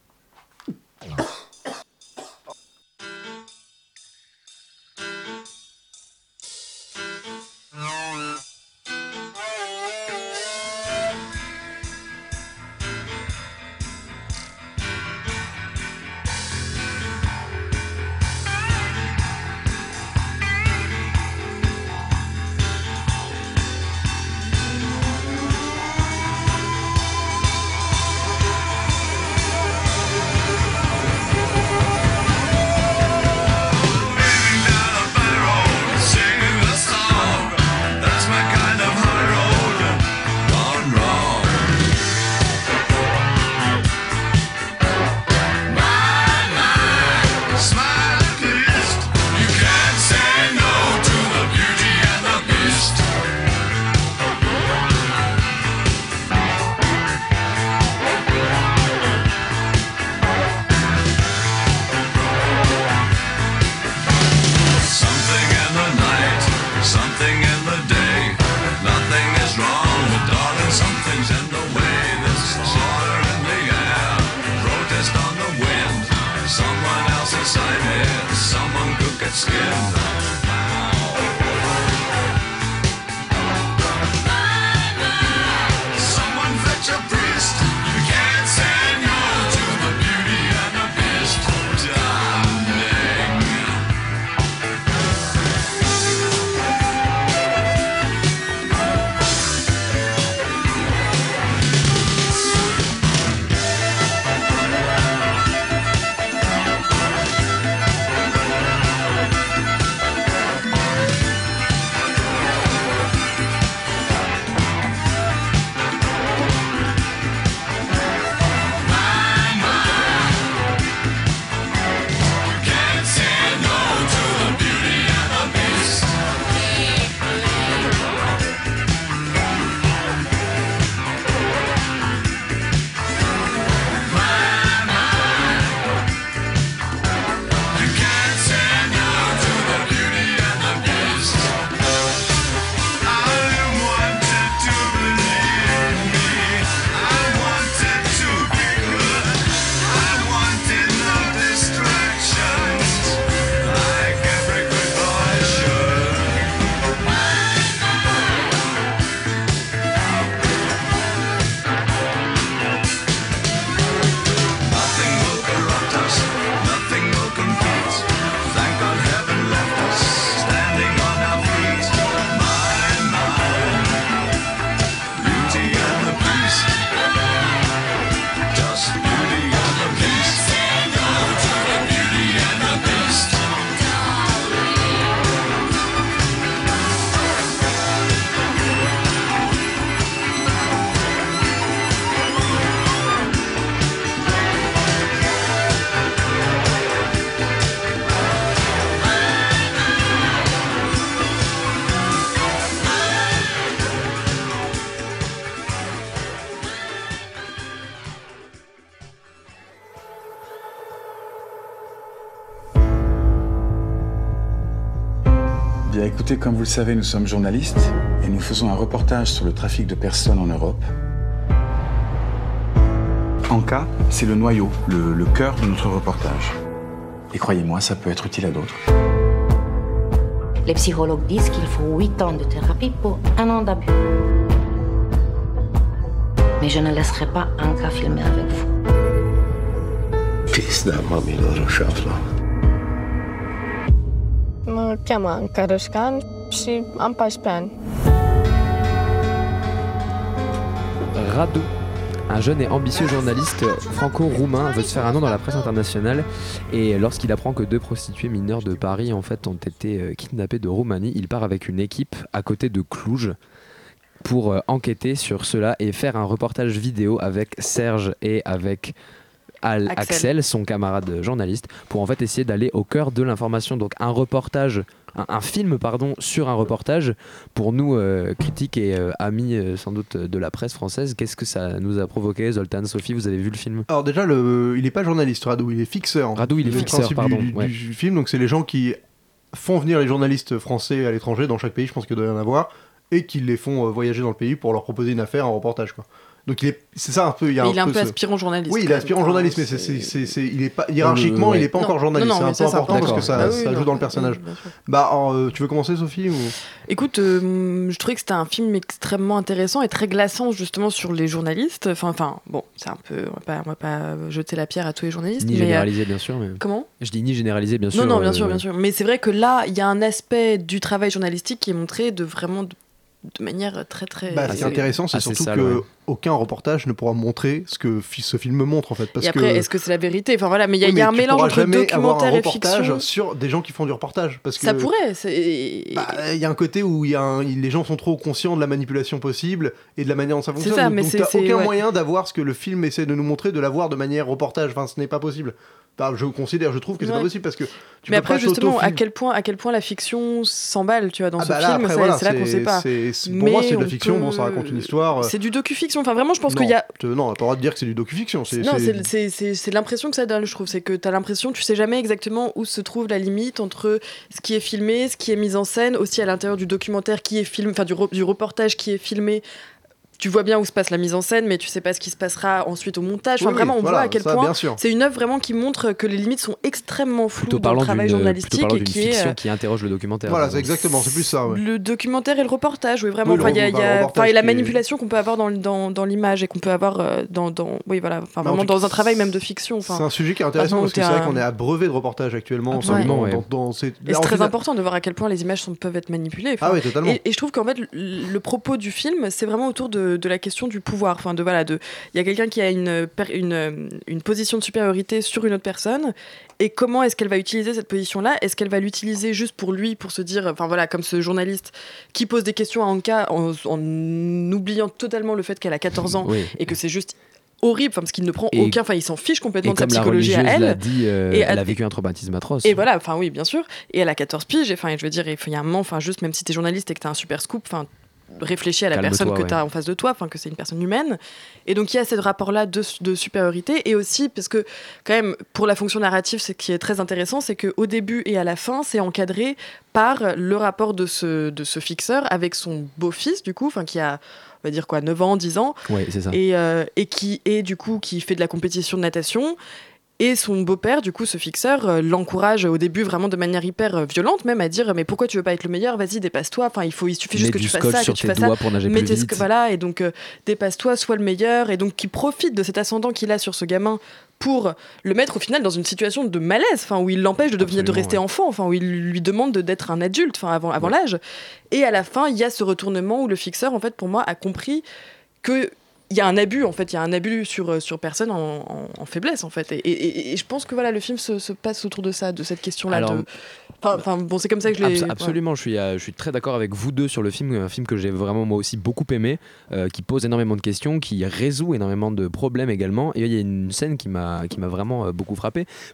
Something in the night, something in the day. Nothing is wrong, but darling, something's in the way. There's slaughter in the air, protest on the wind. Someone else inside me, someone could get skinned. Someone fetch a priest. You can't say Bien écoutez, comme vous le savez, nous sommes journalistes et nous faisons un reportage sur le trafic de personnes en Europe. Anka, c'est le noyau, le, le cœur de notre reportage. Et croyez-moi, ça peut être utile à d'autres. Les psychologues disent qu'il faut huit ans de thérapie pour un an d'abus. Mais je ne laisserai pas Anka filmer avec vous. Peace da, mami, little shuffler. Mă cheamă Anca Rășcan și am paisprezece ani. Radu, un jeune et ambitieux journaliste franco-roumain, veut se faire un nom dans la presse internationale et lorsqu'il apprend que deux prostituées mineures de Paris en fait ont été kidnappées de Roumanie, il part avec une équipe à côté de Cluj pour enquêter sur cela et faire un reportage vidéo avec Serge et avec Al Axel. Axel, son camarade journaliste, pour en fait essayer d'aller au cœur de l'information. Donc un reportage, un, un film pardon, sur un reportage. Pour nous, euh, critiques et euh, amis euh, sans doute de la presse française, qu'est-ce que ça nous a provoqué? Zoltan, Sophie, vous avez vu le film? Alors déjà, le, il n'est pas journaliste, Radu, il est fixeur. Radu, il est le fixeur, pardon. Du, ouais. du film, donc c'est les gens qui font venir les journalistes français à l'étranger, dans chaque pays, je pense qu'il doit y en avoir, et qui les font euh, voyager dans le pays pour leur proposer une affaire, un reportage, quoi. Donc il est, c'est ça un peu. Il, y a il un est un peu, peu ce... aspirant journaliste. Oui, il est aspirant même. journaliste, mais c'est... c'est, c'est, c'est, il est pas hiérarchiquement, euh, ouais. il est pas non. encore journaliste. Non, non, c'est un peu ça, important parce que ça, ah, oui, ça non, joue dans le oui, personnage. oui, bah, alors, euh, tu veux commencer, Sophie ou... Écoute, euh, je trouvais que c'était un film extrêmement intéressant et très glaçant justement sur les journalistes. Enfin, enfin, bon, c'est un peu, on va pas, on va pas jeter la pierre à tous les journalistes. Ni mais, généraliser, euh, bien sûr. Mais... Comment? Je dis ni généraliser, bien sûr. Non, non, bien euh, sûr, bien sûr. Mais c'est vrai que là, il y a un aspect du travail journalistique qui est montré de vraiment. De... de manière très très. Bah, ce qui est intéressant, c'est surtout sale, que ouais. aucun reportage ne pourra montrer ce que fi- ce film montre en fait. Parce et après, que... est-ce que c'est la vérité? Enfin voilà, mais il y a, oui, y a mais un tu mélange pourras entre jamais documentaire avoir un et reportage fiction. sur des gens qui font du reportage. Parce que ça pourrait. C'est... Bah, il y a un côté où y a un... les gens sont trop conscients de la manipulation possible et de la manière dont ça fonctionne. C'est ça, donc mais donc c'est, t'as c'est, aucun ouais. moyen d'avoir ce que le film essaie de nous montrer, de l'avoir de manière reportage. Enfin, ce n'est pas possible. Bah, je considère, je trouve que c'est Ouais. pas possible parce que tu mais peux après pas justement, à t'auto-film- quel point, à quel point la fiction s'emballe, tu vois, dans Ah ce bah là, film. après, ça, voilà, c'est là qu'on sait pas. c'est- c'est- pour Mais moi, c'est de la on fiction. peut- Bon, ça raconte une histoire. euh, C'est du docu-fiction. Enfin, vraiment, je pense non, qu'il y a. te- non, on n'a pas le droit de dire que c'est du docu-fiction. C'est, Non, c'est- c'est, c'est, c'est, c'est l'impression que ça donne, je trouve. C'est que tu as l'impression, tu sais jamais exactement où se trouve la limite entre ce qui est filmé, ce qui est mis en scène, aussi à l'intérieur du documentaire qui est filmé, enfin du, re- du reportage qui est filmé. Tu vois bien où se passe la mise en scène, mais tu sais pas ce qui se passera ensuite au montage. Enfin, Oui, vraiment, on voilà, voit à quel ça, point bien sûr. c'est une œuvre vraiment qui montre que les limites sont extrêmement floues Plutôt dans le parlant travail d'une, journalistique plutôt parlant et d'une qui fiction est euh, qui interroge le documentaire. Voilà, par c'est exemple. exactement, c'est plus ça. Ouais. le documentaire et le reportage, oui, vraiment. Oui, le Enfin, il y a, re- il y le a- reportage enfin, et la qui est- manipulation qu'on peut avoir dans, dans, dans l'image et qu'on peut avoir euh, dans, dans, oui, voilà, enfin, Bah, en vraiment tout dans cas, un travail même de fiction. Enfin, C'est un sujet qui est intéressant maintenant, parce que t'es c'est vrai un- qu'on est abreuvé de reportages actuellement. Absolument, dans- ouais. dans- dans ces- Et Là, c'est en très final- important de voir à quel point les images sont, peuvent être manipulées. Enfin, Ah oui, totalement. Et, et je trouve qu'en fait, le, le propos du film, c'est vraiment autour de, de la question du pouvoir. Enfin, de voilà, de il y a quelqu'un qui a une, per- une, une position de supériorité sur une autre personne. Et comment est-ce qu'elle va utiliser cette position-là? Est-ce qu'elle va l'utiliser juste pour lui, pour se dire, enfin voilà, comme ce journaliste qui pose des questions à Anka en, en oubliant totalement le fait qu'elle a quatorze ans Oui. et que c'est juste horrible, enfin, parce qu'il ne prend Et- aucun, enfin, il s'en fiche complètement Et de sa comme la psychologie à religieuse elle. l'a dit, euh, Et elle elle- a vécu un traumatisme atroce. Et voilà, enfin oui, bien sûr. Et elle a quatorze piges, et, enfin, et je veux dire, il y a un moment, enfin, juste, même si t'es journaliste et que t'as un super scoop, enfin, réfléchis à la Calme-toi, personne que ouais. t'as en face de toi, enfin, que c'est une personne humaine. Et donc, il y a ce rapport-là de, de supériorité, et aussi, parce que, quand même, pour la fonction narrative, ce qui est très intéressant, c'est qu'au début et à la fin, c'est encadré par le rapport de ce, de ce fixeur avec son beau-fils, du coup, enfin, qui a, on va dire quoi, neuf ans, dix ans, Ouais, c'est ça. et, euh, et qui est, du coup, qui fait de la compétition de natation. Et son beau-père, du coup, ce fixeur, euh, l'encourage au début vraiment de manière hyper euh, violente, même à dire mais pourquoi tu veux pas être le meilleur? Vas-y, dépasse-toi. Enfin, il faut, il suffit juste Mets que du tu fasses scotch ça, que sur tu tes fasses doigts ça. pour nager Mets plus tes vite. sc- voilà, et donc euh, dépasse-toi, sois le meilleur. Et donc qui profite de cet ascendant qu'il a sur ce gamin pour le mettre au final dans une situation de malaise, enfin où il l'empêche de devenir, de Absolument, rester ouais. enfant, enfin où il lui demande de- d'être un adulte, enfin avant, avant Ouais. l'âge. Et à la fin, il y a ce retournement où le fixeur, en fait, pour moi, a compris que il y a un abus, en fait, il y a un abus sur, sur personne en, en, en faiblesse, en fait. Et, et, et je pense que voilà, le film se, se passe autour de ça, de cette question-là. Alors, de... Enfin, enfin, bon, c'est comme ça que je l'ai... Abs- absolument, je, suis, euh, je suis très d'accord avec vous deux sur le film, un film que j'ai vraiment moi aussi beaucoup aimé, euh, qui pose énormément de questions, qui résout énormément de problèmes également. Et il y a une scène qui m'a, qui m'a vraiment euh, beaucoup frappé. P-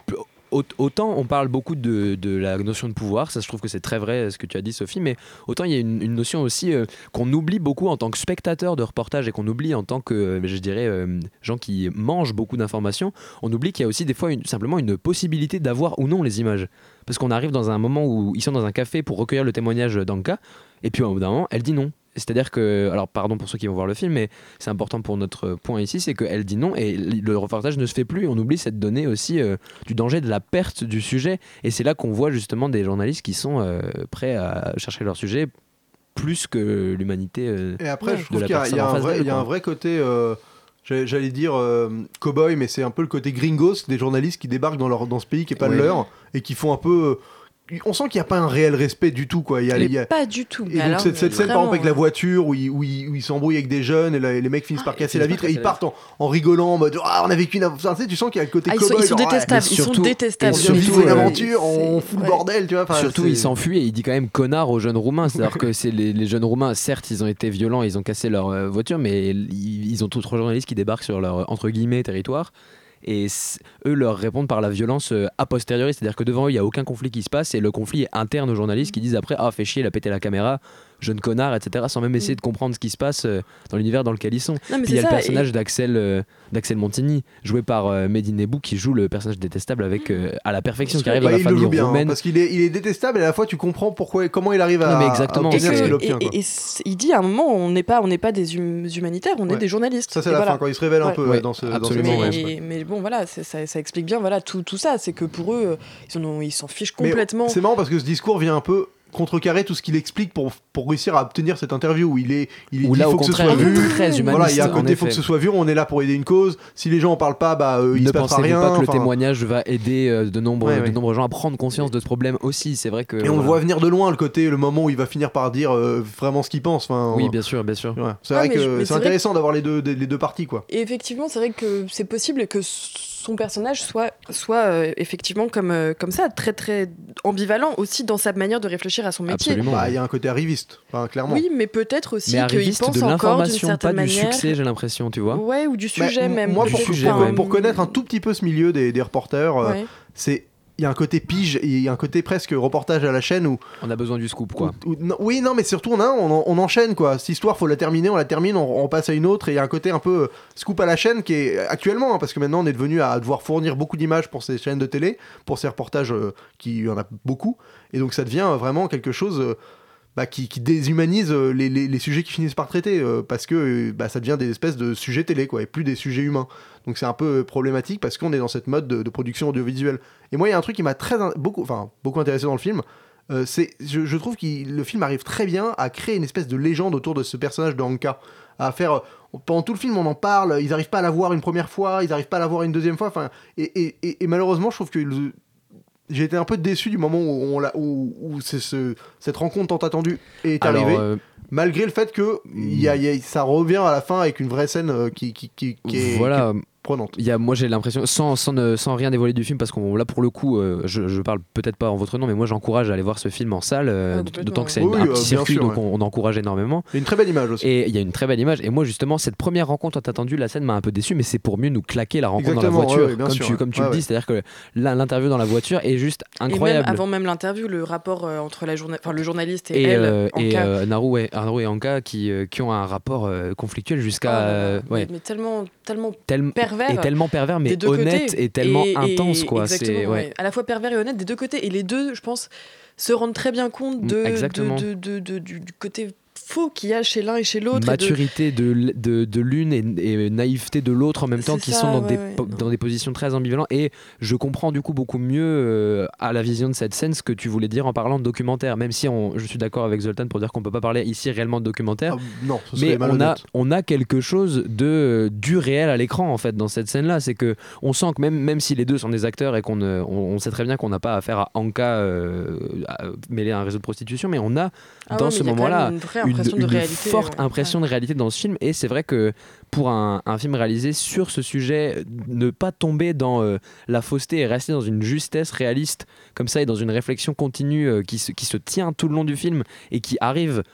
au- autant on parle beaucoup de, de la notion de pouvoir, ça je trouve que c'est très vrai ce que tu as dit Sophie, mais autant il y a une, une notion aussi euh, qu'on oublie beaucoup en tant que spectateur de reportage et qu'on oublie en tant que, euh, je dirais, euh, gens qui mangent beaucoup d'informations, on oublie qu'il y a aussi des fois une- simplement une possibilité d'avoir ou non les images. Parce qu'on arrive dans un moment où ils sont dans un café pour recueillir le témoignage d'Anka, et puis au bout d'un moment, elle dit non. C'est-à-dire que, alors pardon pour ceux qui vont voir le film, mais c'est important pour notre point ici, c'est qu'elle dit non et le reportage ne se fait plus. On oublie cette donnée aussi euh, du danger de la perte du sujet. Et c'est là qu'on voit justement des journalistes qui sont euh, prêts à chercher leur sujet plus que l'humanité euh, Et après, je de trouve la qu'il y a, personne il y a en un face vrai, d'elle, il y a quoi. un vrai côté, euh, j'allais, j'allais dire euh, cow-boy, mais c'est un peu le côté gringos, des journalistes qui débarquent dans, leur, dans ce pays qui n'est pas Ouais. le leur et qui font un peu. euh, On sent qu'il n'y a pas un réel respect du tout, quoi. Il y a, Mais il y a- pas du tout. Et Mais donc alors, cette, mais cette scène par vraiment, exemple avec la hein. voiture où ils, où ils, où ils s'embrouillent avec des jeunes et, là, et les mecs finissent par casser ils la finissent vitre par et ils casser la partent en, en rigolant en mode ah on a vécu une aventure. Tu sais, tu sens qu'il y a le côté Ah, ils sont, cow-boy, ils sont genre, ouais, détestables, mais ils sont surtout- détestables. on et vient de surtout, vivre une euh, aventure, on c'est- fout le ouais. bordel, tu vois. Enfin, Surtout, c'est- il s'enfuit et il dit quand même connard aux jeunes Roumains. C'est-à-dire que c'est les, les jeunes Roumains, certes, ils ont été violents, ils ont cassé leur euh, voiture, mais ils, ils ont tous trois journalistes qui débarquent sur leur entre guillemets territoire. Et c- eux leur répondent par la violence euh, a posteriori, c'est-à-dire que devant eux il n'y a aucun conflit qui se passe et le conflit est interne aux journalistes qui disent après ah fait chier, il a pété la caméra, jeune connard, et cetera sans même essayer de comprendre ce qui se passe euh, dans l'univers dans lequel ils sont. Non, mais Puis il y a c'est le ça, personnage et- d'Axel, euh, d'Axel Montigny joué par euh, Mehdi Nebou qui joue le personnage détestable avec euh, à la perfection, qui arrive Bah, dans la il le famille joue bien, hein, roumaine. parce qu'il est, il est détestable et à la fois tu comprends pourquoi, comment il arrive à, Non, mais exactement, à obtenir Et, ce que- qu'il obtient. et- quoi. et- et c'est- il dit à un moment on n'est pas on n'est pas des hum- humanitaires, on Ouais. est des journalistes. Ça c'est Et la voilà. fin quand il se révèle un Ouais. peu Ouais, dans ce absolument, dans Mais, ce séquence, ouais. mais bon voilà, c'est- ça, ça explique bien voilà tout, tout ça, c'est que pour eux euh, ils en ont- ils s'en fichent Mais complètement. c'est marrant parce que ce discours vient un peu contrecarrer tout ce qu'il explique pour, pour réussir à obtenir cette interview où il est il Où dit là, faut au que ce contraire, soit il est vu. très humaniste, Voilà, il y a un en côté faut que effet. ce soit vu, on est là pour aider une cause. Si les gens en parlent pas, bah euh, il Ne se passera pensez-vous rien. pas que le enfin, témoignage va aider euh, de, nombreux, Ouais, de ouais. nombreux gens à prendre conscience de ce problème aussi. C'est vrai que. Et on le voilà. voit venir de loin le côté le moment où il va finir par dire euh, vraiment ce qu'il pense. Enfin, Oui, on- bien sûr, bien sûr. ouais. C'est Ah, vrai mais je- que mais c'est c'est vrai intéressant d'avoir les deux les deux parties quoi. Et effectivement, c'est vrai que c'est possible que son personnage soit, soit euh, effectivement comme, euh, comme ça, très très ambivalent aussi dans sa manière de réfléchir à son métier. Absolument. Bah, il y a un côté arriviste, enfin, clairement. Oui, mais peut-être aussi Mais qu'il arriviste pense de encore d'une l'information, pas certaine du manière. succès, j'ai l'impression, tu vois. Ouais, ou du Bah, sujet m- même. Moi, du pour, sujet, pour- ouais. pour connaître un tout petit peu ce milieu des, des reporters, euh, Ouais. c'est il y a un côté pige, et il y a un côté presque reportage à la chaîne où, On a besoin du scoop, quoi. où- où- non, oui, non, mais surtout on, a, on, en- on enchaîne quoi. Cette histoire, faut la terminer, on la termine, on, on passe à une autre, et il y a un côté un peu euh, scoop à la chaîne qui est actuellement, hein, parce que maintenant on est devenu à devoir fournir beaucoup d'images pour ces chaînes de télé, pour ces reportages euh, qui il y en a beaucoup, et donc ça devient euh, vraiment quelque chose. euh, Bah, qui, qui déshumanise euh, les, les- les sujets qui finissent par traiter euh, parce que euh, bah, ça devient des espèces de sujets télé quoi, et plus des sujets humains, donc c'est un peu euh, problématique parce qu'on est dans cette mode de, de production audiovisuelle. Et moi il y a un truc qui m'a très in- beaucoup, enfin, beaucoup intéressé dans le film, euh, c'est je, je trouve que le film arrive très bien à créer une espèce de légende autour de ce personnage de Anka, à faire euh, pendant tout le film on en parle, ils n'arrivent pas à la voir une première fois, ils n'arrivent pas à la voir une deuxième fois, enfin, et, et, et, et malheureusement je trouve que le- j'ai été un peu déçu du moment où, on l'a, où, où c'est ce, cette rencontre tant attendue est Alors, arrivée, euh, malgré le fait que il y a, il y a- ça revient à la fin avec une vraie scène euh, qui, qui, qui, qui est, voilà. qui est prenante. Il y a, moi j'ai l'impression, sans, sans, ne- sans rien dévoiler du film, parce qu'on là pour le coup, euh, je, je parle peut-être pas en votre nom, mais moi j'encourage à aller voir ce film en salle, euh, Ah, complètement, d'autant que c'est ouais. un Oui, petit euh, bien circuit, sûr, donc ouais. on, on encourage énormément. Il y a une très belle image aussi. Et il y a une très belle image. Et moi justement, cette première rencontre tant attendue, la scène m'a un peu déçu, mais c'est pour mieux nous claquer la rencontre Exactement, dans la voiture, ouais, ouais, bien comme sûr, tu, ouais. comme tu Ouais, le dis, ouais. c'est-à-dire que là, l'interview dans la voiture est juste Et même incroyable. avant même l'interview, le rapport euh, entre la journa- enfin, le journaliste et, Et, elle, euh, en et cas- euh, Naru, et, Naru et Anka qui, euh, qui ont un rapport euh, conflictuel jusqu'à Oh là là, euh, mais- ouais, mais tellement, tellement tel- pervers. et tellement pervers mais des deux honnête côtés. et tellement Et- et- intense quoi. exactement, C'est ouais. ouais. À la fois pervers et honnête des deux côtés. Et les deux, je pense, se rendent très bien compte de, Mm, exactement. de, de- de- du, du côté faux qu'il y a chez l'un et chez l'autre. et de- Maturité de, l- de, de l'une et, et naïveté de l'autre en même temps, C'est qui ça, sont dans, ouais, des, ouais, po- non. dans des positions très ambivalentes. Et je comprends du coup beaucoup mieux euh, à la vision de cette scène ce que tu voulais dire en parlant de documentaire, même si on, je suis d'accord avec Zoltan pour dire qu'on peut pas parler ici réellement de documentaire. Ah, non, ce serait Mais on a, malhonnête. on a quelque chose de du réel à l'écran en fait dans cette scène là, c'est que on sent que même, même si les deux sont des acteurs et qu'on ne- on, on sait très bien qu'on n'a pas affaire à Anka euh, à- mêlé à un réseau de prostitution, mais on a Ah dans ouais, ce mais il y a quand moment là même une vraie une, impression de une réalité, forte ouais. impression de réalité dans ce film. Et c'est vrai que pour un, un film réalisé sur ce sujet, ne pas tomber dans euh, la fausseté et rester dans une justesse réaliste comme ça et dans une réflexion continue euh, qui, se, qui se tient tout le long du film et qui arrive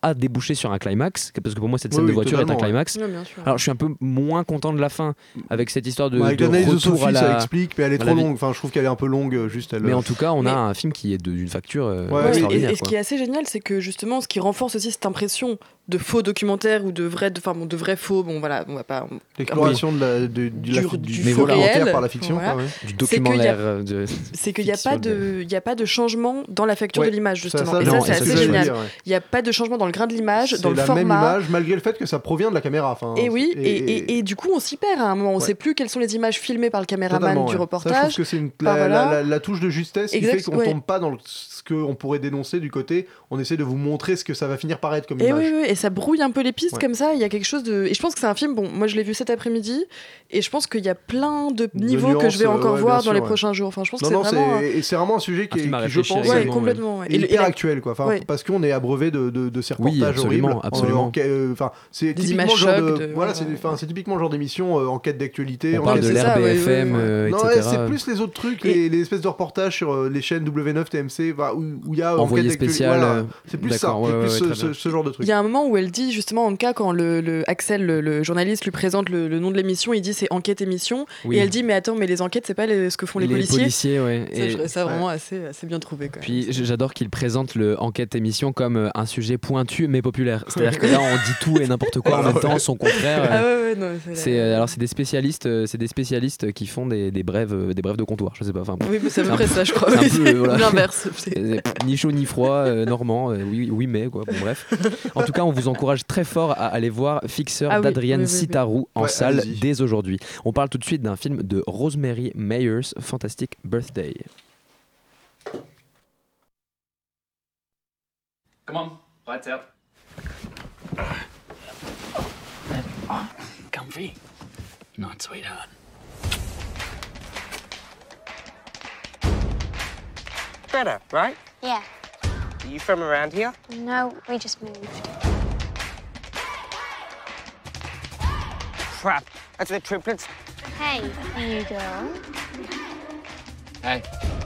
a débouché sur un climax, parce que pour moi cette scène Oui, de oui, voiture est un totalement, climax. Ouais, bien sûr. Alors je suis un peu moins content de la fin avec cette histoire de, Bah, avec de l'analyse de retour Sophie, à la... ça explique, mais elle est à trop la vie. longue. Enfin, je trouve qu'elle est un peu longue, euh, juste. Elle, Mais euh, en tout cas, on Mais- a un film qui est de- d'une facture euh, Ouais, Ouais, extraordinaire. et, et ce quoi. qui est assez génial, c'est que justement, ce qui renforce aussi cette impression de faux documentaires ou de vrais, de, enfin, bon, de vrais faux, bon voilà, on va pas. on- L'exploration de la, de, de la, Du- du, du du faux documentaire réel, par la fiction. voilà. quoi, ouais. Du C'est qu'il y a- documentaire euh, de... C'est qu'il n'y a, fiction pas de- il y a pas de changement dans la facture Ouais, de l'image, ça, justement. ça, et non, ça, et c'est ça, assez c'est ce que génial. dire, ouais. Il n'y a pas de changement dans le grain de l'image, dans C'est le la format. même image, malgré le fait que ça provient de la caméra. Enfin, Et oui, et, et- et- et du coup, on s'y perd à un moment. On ne Ouais. sait plus quelles sont les images filmées par le caméraman Totalement, du ouais. Ça, je reportage. trouve que c'est une, Enfin, la, voilà. la- la- la touche de justesse qui Exact, fait qu'on ouais. tombe pas dans le- ce qu'on pourrait dénoncer du côté. On essaie de vous montrer ce que ça va finir par être comme Et image. oui, oui, et ça brouille un peu les pistes Ouais. comme ça. Il y a quelque chose de. Et je pense que c'est un film. Bon, moi je l'ai vu cet après-midi, et je pense qu'il y a plein de De niveaux que je vais nuances, encore ouais, voir bien dans les sûr, ouais. prochains jours. Enfin, je pense Non, que non, c'est vraiment. c'est et c'est vraiment un sujet qui, Un est, film à qui, je réfléchir pense, Ouais, également, ouais. complètement. ouais. est Et le- hyper et la- actuel, quoi. Enfin, Ouais. parce qu'on est abreuvé de, de, de ces Oui, reportages absolument, horribles. absolument. En- en- euh, Enfin, c'est Des typiquement images le genre chocs de, de- voilà, ouais, c'est ouais. enfin, c'est typiquement le genre d'émission euh, enquête d'actualité. On parle enquête- de c'est l'R ça, B F M, ouais, ouais, ouais. euh, Non, et ouais, cetera. c'est plus les autres trucs, Et- les, les espèces de reportages sur euh, les chaînes W neuf, T M C, enfin, où où il y a Envoyé enquête d'actualité, spécial, voilà. euh, C'est plus ça, d'accord, c'est ouais, plus ouais, ce, très ce- bien. ce genre de truc. Il y a un moment où elle dit justement, en cas, quand le, le Axel, le, le journaliste, lui présente le, le nom de l'émission, il dit c'est enquête émission, Oui. et elle dit mais attends, mais les enquêtes, c'est pas les- ce que font les, policiers. ouais. Ça, je Et- trouvais ça vraiment assez, assez bien trouvé. Quoi. Puis j- j'adore qu'il présente le enquête émission comme euh, un sujet pointu mais populaire. C'est-à-dire que là on dit tout et n'importe quoi en même temps, son contraire. Ah euh, ouais, ouais, non, c'est- C'est euh, alors c'est des spécialistes, euh, c'est des spécialistes qui font des, des brèves, euh, des brèves de comptoir. Je sais pas. Enfin, bon. Oui, mais c'est à peu un près peu- ça, je crois. c'est un Oui, peu, c'est euh, voilà. l'inverse. C'est- c'est ni chaud ni froid, euh, normand. euh, oui, oui mais quoi. Bon bref. En tout cas, on vous encourage très fort à aller voir Fixer Ah oui, d'Adrienne oui, oui, oui. Sitaru en Ouais, salle allez-y. dès aujourd'hui. On parle tout de suite d'un film de Rosemary Meyers, Fantastic Birthday. Come on, lights out. Comfy? Not, sweetheart. Greta, right? Yeah. Are you from around here? No, we just moved. Crap. That's the triplets. Hey, you girl. Hey.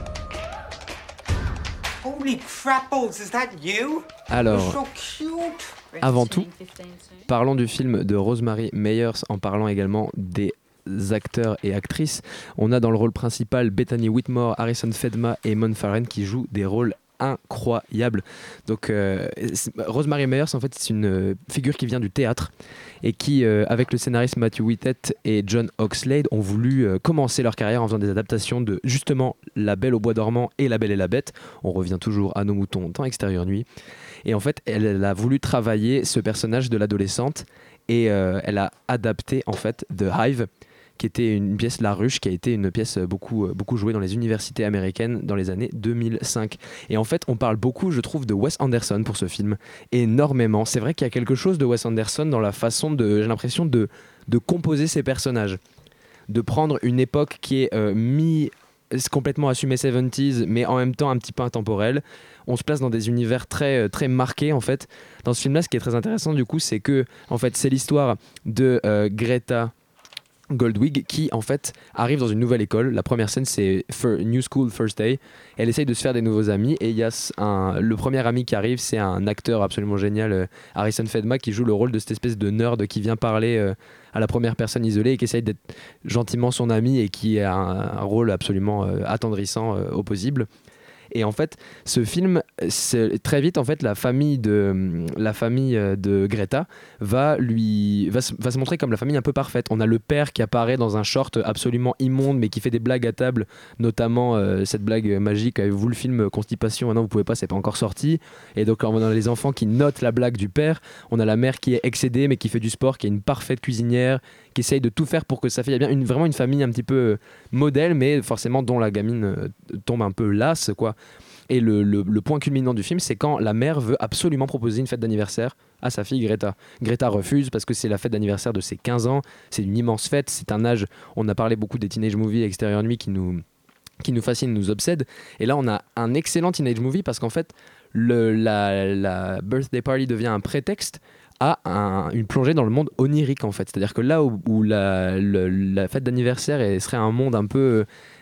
Holy crapples, is that you? Alors, You're so cute. avant tout, parlons du film de Rosemary Meyers en parlant également des acteurs et actrices. On a dans le rôle principal Bethany Whitmore, Harrison Fedma et Mon Farren qui jouent des rôles incroyables. Donc euh, c'est- Rosemary Meyers en fait c'est une euh, figure qui vient du théâtre et qui euh, avec le scénariste Matthew Whitett et John Oxlade ont voulu euh, commencer leur carrière en faisant des adaptations de justement La Belle au bois dormant et La Belle et la Bête. On revient toujours à Nos moutons dans Extérieur nuit. Et en fait, elle, elle a voulu travailler ce personnage de l'adolescente et euh, elle a adapté en fait The Hive, qui était une pièce La Ruche, qui a été une pièce beaucoup, beaucoup jouée dans les universités américaines dans les années deux mille cinq. Et en fait, on parle beaucoup, je trouve, de Wes Anderson pour ce film, énormément. C'est vrai qu'il y a quelque chose de Wes Anderson dans la façon de, j'ai l'impression, de, de composer ses personnages, de prendre une époque qui est euh, mi complètement assumée soixante-dix, mais en même temps un petit peu intemporelle. On se place dans des univers très, très marqués en fait. Dans ce film-là, ce qui est très intéressant du coup, c'est que en fait, c'est l'histoire de euh, Greta Goldwig qui en fait arrive dans une nouvelle école. La première scène c'est Fir- New School First Day. Elle essaye de se faire des nouveaux amis et il y a s- un, le premier ami qui arrive, c'est un acteur absolument génial, euh, Harrison Fedma, qui joue le rôle de cette espèce de nerd qui vient parler euh, à la première personne isolée et qui essaye d'être gentiment son ami et qui a un, un rôle absolument euh, attendrissant euh, au possible. Et en fait, ce film, c'est- très vite, en fait, la famille de, la famille euh, de Greta va, lui, va, se, va se montrer comme la famille un peu parfaite. On a le père qui apparaît dans un short absolument immonde, mais qui fait des blagues à table, notamment euh, cette blague magique. Avez-vous le film Constipation? Non, vous pouvez pas, c'est pas encore sorti. Et donc, on a les enfants qui notent la blague du père. On a la mère qui est excédée, mais qui fait du sport, qui est une parfaite cuisinière, qui essaye de tout faire pour que sa fille aille bien. Une, vraiment une famille un petit peu euh, modèle, mais forcément dont la gamine euh, tombe un peu lasse, quoi. Et le, le, le point culminant du film, c'est quand la mère veut absolument proposer une fête d'anniversaire à sa fille Greta. Greta refuse parce que c'est la fête d'anniversaire de ses quinze ans, c'est une immense fête, c'est un âge, on a parlé beaucoup des teenage movies Extérieur nuit qui nous, qui nous fascinent, nous obsèdent. Et là, on a un excellent teenage movie parce qu'en fait, le, la, la birthday party devient un prétexte à un- une plongée dans le monde onirique en fait. C'est-à-dire que là où, où la, le- la fête d'anniversaire est- serait un monde un peu euh,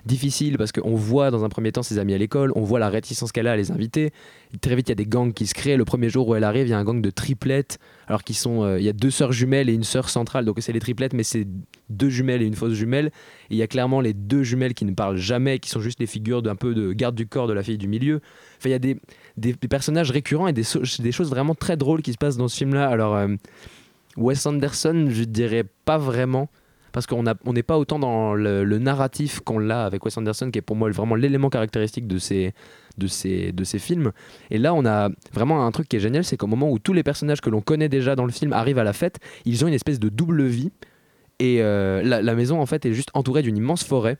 difficile parce qu'on voit dans un premier temps ses amis à l'école, on voit la réticence qu'elle a à les inviter. Très vite, il y a des gangs qui se créent. Le premier jour où elle arrive, il y a un gang de triplettes, alors qu'ils sont, euh, il y a deux sœurs jumelles et une sœur centrale, donc c'est les triplettes, mais c'est deux jumelles et une fausse jumelle. Et il y a clairement les deux jumelles qui ne parlent jamais, qui sont juste les figures d'un peu de garde du corps de la fille du milieu. Enfin, il y a des, des, des personnages récurrents et des, so- des choses vraiment très drôles qui se passent dans ce film-là. Alors, euh, Wes Anderson, je dirais pas vraiment. Parce qu'on n'est on pas autant dans le, le narratif qu'on l'a avec Wes Anderson, qui est pour moi vraiment l'élément caractéristique de ces, de, ces, de ces films. Et là, on a vraiment un truc qui est génial, c'est qu'au moment où tous les personnages que l'on connaît déjà dans le film arrivent à la fête, ils ont une espèce de double vie. Et euh, la, la maison, en fait, est juste entourée d'une immense forêt.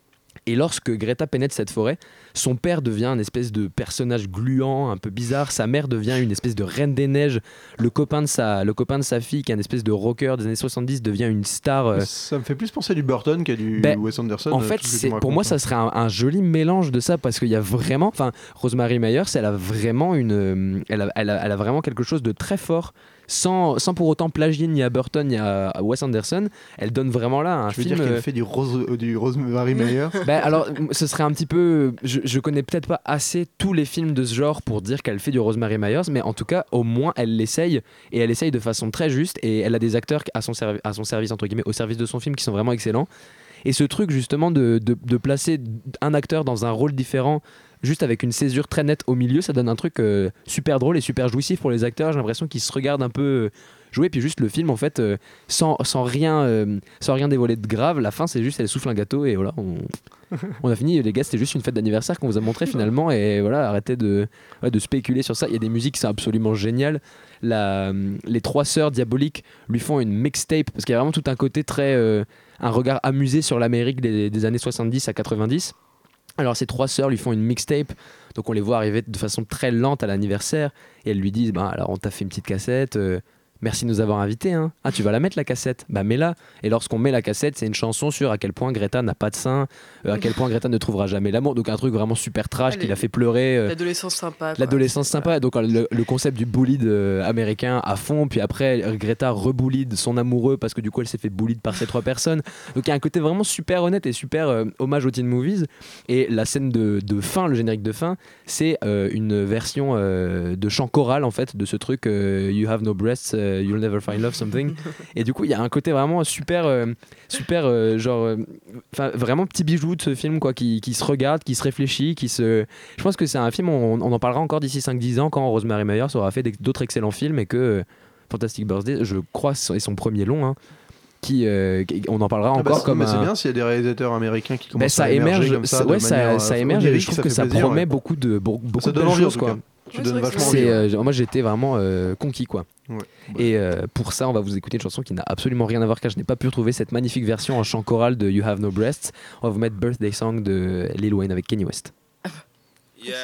Et lorsque Greta pénètre cette forêt, son père devient un espèce de personnage gluant, un peu bizarre. Sa mère devient une espèce de reine des neiges. Le copain de sa, le copain de sa fille, qui est un espèce de rocker des années soixante-dix, devient une star. Euh... Ça me fait plus penser à du Burton qu'à du ben, Wes Anderson. En fait, c'est, pour moi, ça serait un, un joli mélange de ça, parce qu'il y a vraiment... Enfin, Rosemary Meyers, elle a vraiment une... Elle a, elle a, elle a vraiment quelque chose de très fort. Sans, sans pour autant plagier ni à Burton ni à, à Wes Anderson, elle donne vraiment là un je veux film. dire qu'elle fait du, Rose, du Rosemary Meyers. Ben alors, ce serait un petit peu. Je, je connais peut-être pas assez tous les films de ce genre pour dire qu'elle fait du Rosemary Meyers, mais en tout cas, au moins, elle l'essaye et elle essaye de façon très juste. Et elle a des acteurs à son, servi- à son service, entre guillemets, au service de son film qui sont vraiment excellents. Et ce truc, justement, de, de, de placer un acteur dans un rôle différent, juste avec une césure très nette au milieu, ça donne un truc euh, super drôle et super jouissif pour les acteurs. J'ai l'impression qu'ils se regardent un peu euh, jouer, puis juste le film, en fait, euh, sans, sans, rien, euh, sans rien dévoiler de grave, la fin, c'est juste, elle souffle un gâteau et voilà, on, on a fini. Les gars, c'était juste une fête d'anniversaire qu'on vous a montré finalement, et voilà, arrêtez de, ouais, de spéculer sur ça. Il y a des musiques qui sont absolument géniales. La, les trois sœurs diaboliques lui font une mixtape, parce qu'il y a vraiment tout un côté très... Euh, un regard amusé sur l'Amérique des, des années soixante-dix à quatre-vingt-dix. Alors ces trois sœurs lui font une mixtape, donc on les voit arriver de façon très lente à l'anniversaire, et elles lui disent bah, alors on t'a fait une petite cassette, euh, merci de nous avoir invités, hein. Ah, tu vas la mettre la cassette? Bah mets-la. Et lorsqu'on met la cassette, c'est une chanson sur à quel point Greta n'a pas de sein, euh, à quel point Greta ne trouvera jamais l'amour, donc un truc vraiment super trash. Allez, qui l'a fait pleurer. Euh, l'adolescence sympa. Quoi. L'adolescence sympa, donc le, le concept du bullied euh, américain à fond, puis après Greta rebullied son amoureux parce que du coup elle s'est fait bullied par ces trois personnes. Donc il y a un côté vraiment super honnête et super euh, hommage aux teen movies. Et la scène de, de fin, le générique de fin, c'est euh, une version euh, de chant choral en fait de ce truc euh, You have no breasts, uh, you'll never find love something. Et du coup il y a un côté vraiment super euh, super euh, genre enfin euh, vraiment petit bijou de ce film quoi, qui, qui se regarde, qui se réfléchit, qui se... Je pense que c'est un film, on, on en parlera encore d'ici cinq dix ans quand Rosemary Meyers aura fait des, d'autres excellents films, et que euh, Fantastic Birthday, je crois, est son premier long, hein, qui, euh, on en parlera encore. Ah bah, comme mais un... c'est bien s'il y a des réalisateurs américains qui commencent ben, ça à émerger émerge, comme ça, ça, ouais, de ça, manière, ça euh, émerge, et je trouve ça que ça plaisir, promet ouais. beaucoup de, beaucoup ça de donne belles envie, choses, en tout quoi. cas. Tu donnes vachement c'est, envie. euh, moi j'étais vraiment euh, conquis quoi. Ouais. Et euh, pour ça on va vous écouter une chanson qui n'a absolument rien à voir, car je n'ai pas pu retrouver cette magnifique version en chant choral de You Have No Breasts. On va vous mettre Birthday Song de Lil Wayne avec Kanye West. Yeah.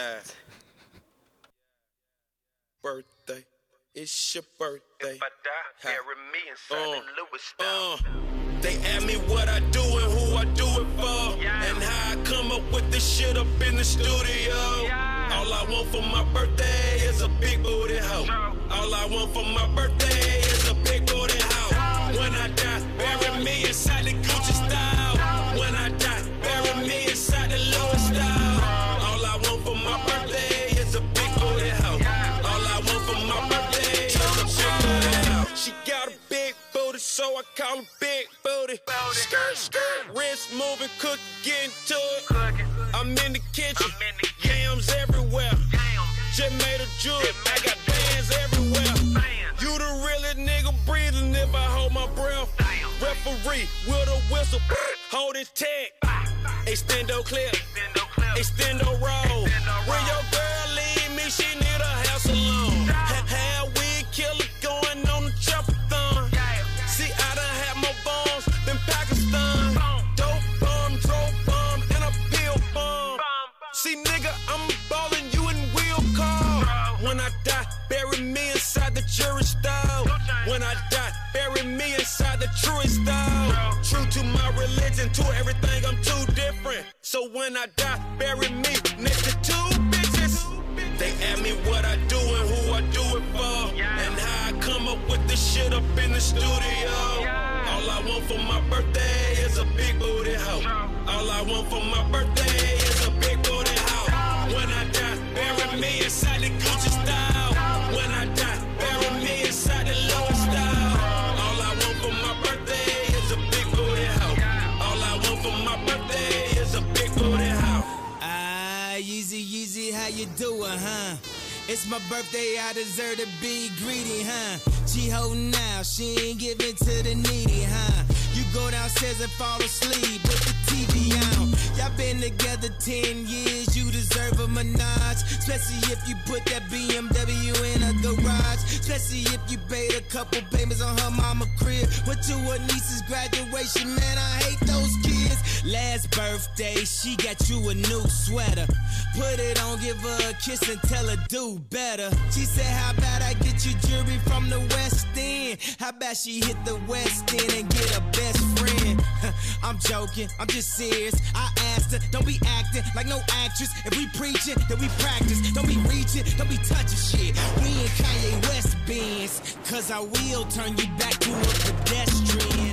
Birthday. It's your birthday. If I die, bury me inside the Louis style. Uh, they ask me what I do and who I do it for, yeah. And how I come up with this shit up in the studio. Yeah. All I want for my birthday is a big booty hoe. All I want for my birthday is a big booty hoe. When I die, bury me inside the Gucci style. When I die, bury me inside the Louis style. All I want for my birthday is a big booty hoe. All I want for my birthday is a big booty hoe. She got a big booty, so I call her big booty. Skirt, skirt, wrist moving, cook, get into it. I'm in the kitchen, yams everywhere. Just made a jewel, I got bands everywhere. You the realest nigga breathing if I hold my breath. Referee with a whistle, hold his tag. Extendo clip, extendo roll. When your girl leave me, she need a hair salon. Hair weed killer going on the chopper-thon. See, I done had more bombs than Pakistan. Dope bomb, dope bomb, and a pill bomb. See, nigga, I'm ballin' you in wheel car. When I die, bury me inside the jury style. When I die, bury me inside the truest style. True to my religion, to everything, I'm too different. So when I die, bury me next to two bitches. They ask me what I do and who I do it for, and how I come up with this shit up in the studio. All I want for my birthday is a big booty hoe. All All I want for my birthday is a big booty house. When I die, bury me inside the Gucci style. When I die, bury me inside the Louis style. All I want for my birthday is a big booty house. All I want for my birthday is a big booty house. Ah, Yeezy, Yeezy, how you doing, huh? It's my birthday, I deserve to be greedy, huh? She holding out, she ain't giving to the needy, huh? You go downstairs and fall asleep with the T V on. Y'all been together ten years, you deserve a menage. Especially if you put that B M W in a garage. Especially if you paid a couple payments on her mama crib. Went to her niece's graduation, man, I hate those kids. Last birthday, she got you a new sweater. Put it on, give her a kiss and tell her do better. She said, how about I get you jewelry from the West End? How about she hit the West End and get a best friend? I'm joking, I'm just serious. I asked her, don't be acting like no actress. If we preaching, then we practice. Don't be reaching, don't be touching shit. We in Kanye West Benz, cause I will turn you back to a pedestrian.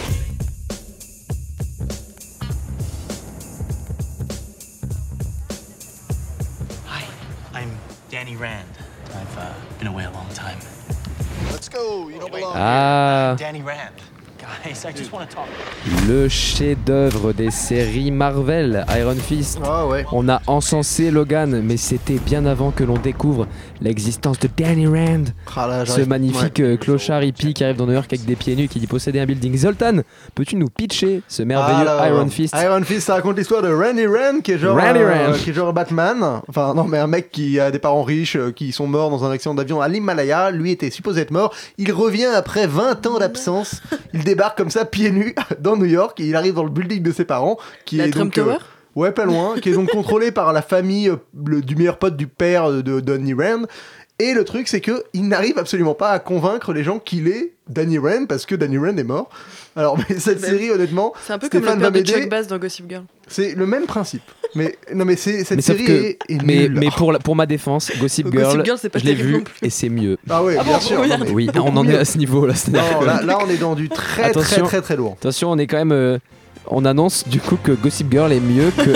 I'm Danny Rand. I've uh, been away a long time. Let's go. You don't belong Ah. here. Danny Rand. Guys, I just want to talk. Le chef-d'œuvre des séries Marvel, Iron Fist. Ah ouais. On a encensé Logan, mais c'était bien avant que l'on découvre l'existence de Danny Rand. Ah là, Ce j'arrive- magnifique ouais. euh, clochard hippie qui arrive dans New York avec des pieds nus qui dit posséder un building. Zoltan, peux-tu nous pitcher ce merveilleux Ah là, Iron ouais. Fist? Iron Fist, ça raconte l'histoire de Randy Rand, qui est genre, Randy euh, Rand. qui est genre Batman. Enfin, non, mais un mec qui a des parents riches, euh, qui sont morts dans un accident d'avion à l'Himalaya. Lui était supposé être mort. Il revient après vingt ans d'absence. Il débarque comme ça, pieds nus, dans New York. Et il arrive dans le building de ses parents, qui La est Trump donc. euh, Tower Ouais, pas loin, qui est donc contrôlé par la famille euh, le- du meilleur pote du père de, de Danny Rand. Et le truc, c'est que il n'arrive absolument pas à convaincre les gens qu'il est Danny Rand, parce que Danny Rand est mort. Alors, mais cette Mais série, honnêtement, C'est un peu comme Stéphane le va père de m'aider. Chuck Bass dans Gossip Girl. C'est le même principe. Mais non, mais c'est cette Mais sauf série que- est, est mais, nulle. mais pour, la- pour ma défense, Gossip Gossip Girl, Girl, c'est pas je l'ai terrible vu non plus. et c'est mieux. Ah ouais, Ah bien bon, sûr. regarde. non, mais Oui, beaucoup on en est mieux. à ce niveau-là. c'est-à-dire Non, que- là, là, on est dans du très très Attention. très très lourd. Attention, on est quand même. euh, on annonce du coup que Gossip Girl est mieux que,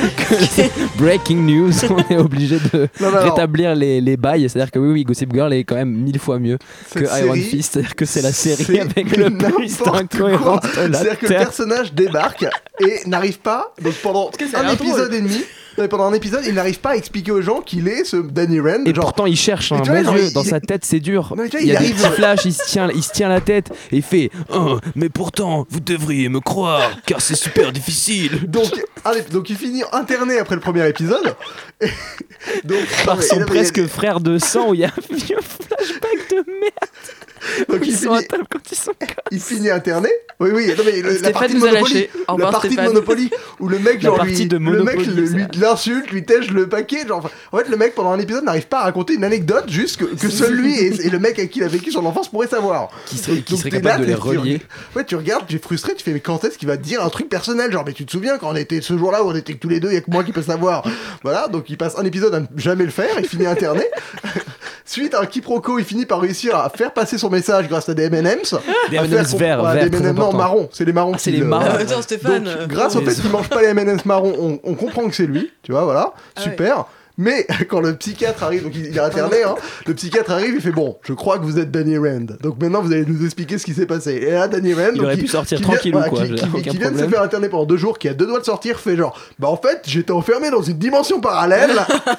que Breaking News. On est obligé de Non, mais alors- rétablir les, les bails. C'est-à-dire que oui, oui, Gossip Girl est quand même mille fois mieux que Cette Iron série, Fist. C'est-à-dire que c'est la série c'est avec mais le plus n'importe d'incohérence quoi. de la C'est-à-dire que le Terre. personnage débarque et n'arrive pas, donc pendant que ça a un l'air épisode drôle. et demi, non, mais pendant un épisode, il n'arrive pas à expliquer aux gens qu'il est ce Danny Rand. Et genre, pourtant il cherche, hein, Et tu vois, mon genre, Dieu, il- dans il- sa tête c'est dur. Non, mais tu vois, il y a il des arrive- petits flashs, il se tient, il se tient la tête et il fait oh, mais pourtant vous devriez me croire car c'est super difficile. donc, allez, donc il finit interné après le premier épisode. Et- donc, non, Par mais- son non, mais il y a presque des- frère de sang où il y a un vieux flashback de merde. Donc Ils il sont à finit, table quand ils sont il finit interné. Oui, oui, non, mais le- la Stéphane partie de nous a Monopoly, lâchés. Au la revoir, partie de Stéphane. Monopoly où le mec, La genre, partie lui, de le mec Monopoly, le- ça. lui l'insulte, lui tèche le paquet. Genre, enfin, en fait, le mec pendant un épisode n'arrive pas à raconter une anecdote juste que, que seul lui et, et le mec avec qui il a vécu son enfance pourrait savoir. Qui serait, qui Donc, serait t'es capable là, de les t'es- tu- relier. Ouais, tu regardes, tu es frustré, tu fais mais quand est-ce qu'il va te dire un truc personnel, genre mais tu te souviens quand on était ce jour-là où on était que tous les deux, il y a que moi qui peut savoir. Voilà, donc il passe un épisode à ne jamais le faire, il finit interné. Suite à un quiproquo, il finit par réussir à faire passer son message grâce à des M and M's. Des À M and M's faire comp- verts, ouais, verts, des très M and M's non important. marrons, c'est les marrons. Ah, c'est qui les le- marrons. Ah, attends, Stéphane. Donc, euh, grâce au oh, fait les- qu'il mange pas les M and M's marrons, on, on comprend que c'est lui, tu vois, voilà, Ah super. Mais quand le psychiatre arrive, donc il, il est interné, hein, le psychiatre arrive, il fait bon, je crois que vous êtes Danny Rand. Donc maintenant vous allez nous expliquer ce qui s'est passé. Et là, Danny Rand, Il donc, aurait qui- pu sortir qui vient- tranquillou, voilà, quoi, qui, j'ai qui- aucun qui vient de se problème. faire interner pendant deux jours, qui a deux doigts de sortir, fait genre, bah en fait j'étais enfermé dans une dimension parallèle.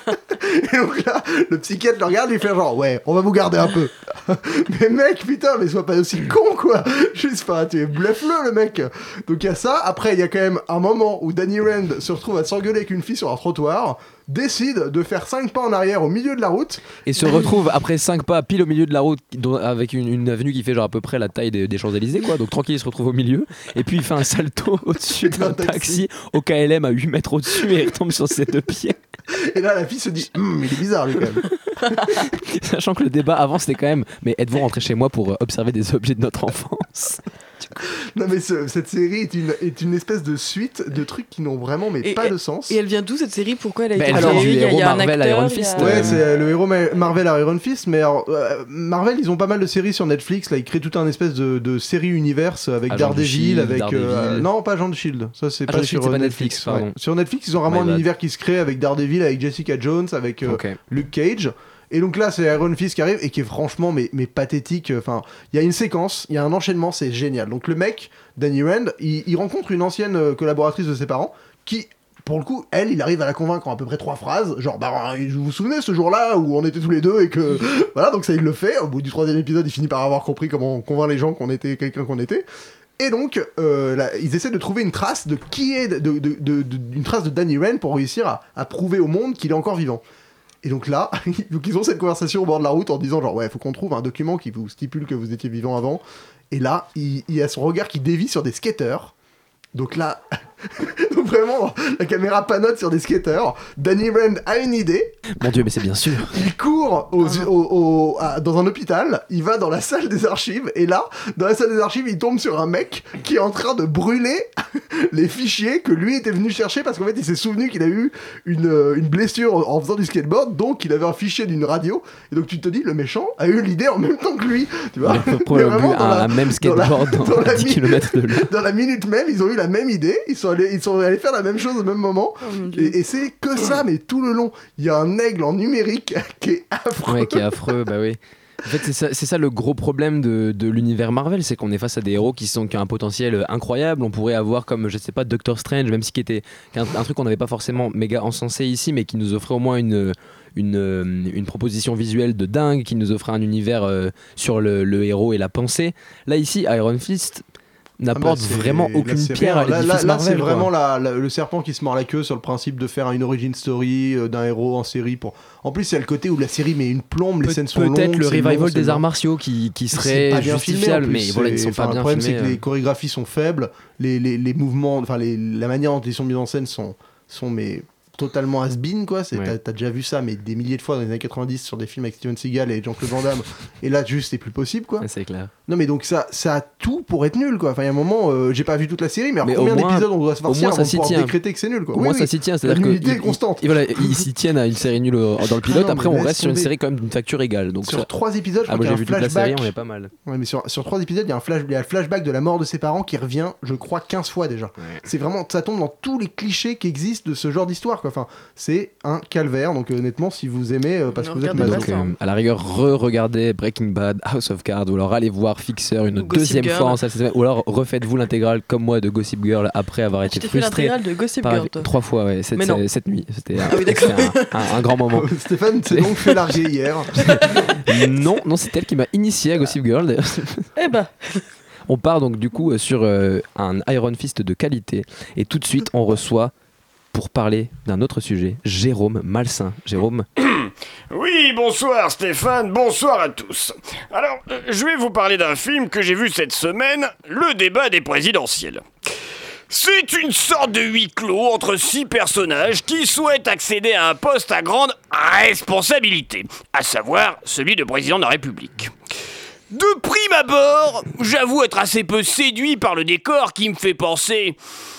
Et donc là, le psychiatre le regarde, il fait genre, ouais, on va vous garder un peu. Mais mec, putain, mais sois pas aussi con, quoi. Juste, enfin, tu es bluff-le, le mec. Donc il y a ça. Après, il y a quand même un moment où Danny Rand se retrouve à s'engueuler avec une fille sur un trottoir, décide de faire cinq pas en arrière au milieu de la route. Et se retrouve après cinq pas pile au milieu de la route dont- avec une, une avenue qui fait genre à peu près la taille des, des Champs-Élysées quoi. Donc tranquille il se retrouve au milieu et puis il fait un salto au-dessus d'un taxi au K L M à huit mètres au-dessus et il retombe sur ses deux pieds. Et là, la fille se dit, Hum, il est bizarre, lui, quand même. Sachant que le débat avant c'était quand même mais êtes-vous rentré chez moi pour euh, observer des objets de notre enfance? Non mais ce- cette série est une, est une espèce de suite de trucs qui n'ont vraiment mais Et- pas et- de sens. Et elle vient d'où cette série? Pourquoi elle a Bah, été elle vient créée? du Il y a- héros il y a un Marvel, acteur, Iron il y a- Fist. Ouais, Euh, c'est le héros Ma- Marvel à Iron Fist, mais alors, euh, Marvel, ils ont pas mal de séries sur Netflix. Là, ils créent tout un espèce de, de série universe avec Agent de Daredevil, Shield, avec Daredevil. euh, non, pas Agent de Shield. Ça, c'est Agent pas de sur Shield, c'est pas Netflix. Netflix, pardon. ouais. Sur Netflix, ils ont vraiment My un bad. univers qui se crée avec Daredevil, avec Jessica Jones, avec euh, Ok. Luke Cage. Et donc là, c'est Iron Fist qui arrive et qui est franchement mais, mais pathétique. Enfin, il y a une séquence, il y a un enchaînement, c'est génial. Donc le mec, Danny Rand, il, il rencontre une ancienne euh, collaboratrice de ses parents qui, pour le coup, elle, il arrive à la convaincre en à peu près trois phrases. Genre, bah, vous vous souvenez ce jour-là où on était tous les deux et que. Voilà, donc ça, il le fait. Au bout du troisième épisode, il finit par avoir compris comment convaincre les gens qu'on était quelqu'un qu'on était. Et donc, euh, là, ils essaient de trouver une trace de qui est. De, de, de, de- de- une trace de Danny Rand pour réussir à, à prouver au monde qu'il est encore vivant. Et donc là, donc ils ont cette conversation au bord de la route en disant genre ouais, faut qu'on trouve un document qui vous stipule que vous étiez vivant avant. Et là, il, il y a son regard qui dévie sur des skateurs. Donc là, donc vraiment, la caméra panote sur des skateurs. Danny Rand a une idée. Mon Dieu, mais c'est bien sûr. Il court aux- au- au- à- dans un hôpital, il va dans la salle des archives, et là, dans la salle des archives, il tombe sur un mec qui est en train de brûler les fichiers que lui était venu chercher, parce qu'en fait, il s'est souvenu qu'il a eu une, euh, une blessure en faisant du skateboard, donc il avait un fichier d'une radio, et donc tu te dis, le méchant a eu l'idée en même temps que lui, tu vois. Il a probablement Mais vraiment, eu dans un, la- un même dans la- skateboard dans, dans la dix mi- kilomètres de là. Dans la minute même, ils ont eu la même idée, ils sont allés, ils sont allés faire la même chose au même moment, et, et c'est que ça, mais tout le long, il y a un aigle en numérique qui est affreux. Ouais, qui est affreux, bah oui. En fait, c'est ça, c'est ça le gros problème de, de l'univers Marvel, c'est qu'on est face à des héros qui, sont, qui ont un potentiel incroyable. On pourrait avoir comme, je sais pas, Doctor Strange, même si qui était qui est un, un truc qu'on n'avait pas forcément méga encensé ici, mais qui nous offrait au moins une, une, euh, une proposition visuelle de dingue, qui nous offrait un univers euh, sur le, le héros et la pensée. Là, ici, Iron Fist n'apporte Ah bah, c'est- vraiment là, aucune c'est pierre rien. à l'édifice Là, là, là, Marvel. c'est quoi. vraiment la- la- le serpent qui se mord la queue sur le principe de faire une origin story euh, d'un héros en série. Pour... En plus, il y a le côté où la série met une plombe, les Pe- scènes sont longues. Peut-être le c'est revival long, c'est des long. arts martiaux qui, qui C'est serait pas bien filmé, justifiable, en plus, mais voilà, ils c'est- sont enfin, pas bien Le problème, filmés. c'est que euh. les chorégraphies sont faibles, les, les, les mouvements, enfin les- la manière dont ils sont mis en scène sont, sont mais totalement has-been, quoi. C'est, Ouais. t'as, t'as déjà vu ça, mais des milliers de fois dans les années quatre-vingt-dix sur des films avec Steven Seagal et Jean-Claude Van Damme. Et là, juste, c'est plus possible, quoi. Ouais, c'est clair. Non, mais donc ça, ça a tout pour être nul, quoi. Enfin, il y a un moment, euh, j'ai pas vu toute la série, mais, alors Mais combien au moins- d'épisodes on doit se au farcir moins, ça avant de s'y pouvoir tient. décréter que c'est nul, quoi. Au Oui, moins oui. ça s'y tient, La c'est-à-dire que nullité ils- est constante. ils, voilà, ils s'y tiennent à une série nulle au- dans le pilote. Ah non, Après, mais on laisse reste sur une tomber. série quand même d'une facture égale. Donc Sur ça- trois épisodes, je ah, crois moi qu'il y a j'ai un vu toute la flashback. série, on est pas mal. Ouais, mais sur, sur trois épisodes, il y a un flash, il y a le flashback de la mort de ses parents qui revient, je crois, quinze fois déjà. C'est vraiment, ça tombe dans tous les clichés qui existent de ce genre d'histoire, quoi. Enfin, c'est un calvaire. Donc, euh, honnêtement, si vous aimez, euh, parce Ne que vous êtes regardez maso. pas ça. Donc, euh, à la rigueur, re-regardez Breaking Bad, House of Cards, ou alors allez voir Fixer une Ou Gossip deuxième Girl. fois en salle cinéma, ou alors refaites-vous l'intégrale comme moi de Gossip Girl après avoir été Tu t'es fait frustré. l'intégrale de Gossip par- Girl, toi. Trois fois, ouais, cette, Mais non. cette nuit. C'était un, Ah oui, d'accord. c'était un- un- un grand moment. Stéphane s'est donc fait larguer hier. non, non, c'est elle qui m'a initié à Gossip Girl d'ailleurs. Eh bah. On part donc du coup euh, sur euh, un Iron Fist de qualité et tout de suite on reçoit, pour parler d'un autre sujet, Jérôme Malsain. Jérôme, Oui, bonsoir Stéphane, bonsoir à tous. Alors, euh, je vais vous parler d'un film que j'ai vu cette semaine, Le débat des présidentielles. C'est une sorte de huis clos entre six personnages qui souhaitent accéder à un poste à grande responsabilité, à savoir celui de président de la République. De prime abord, j'avoue être assez peu séduit par le décor qui me fait penser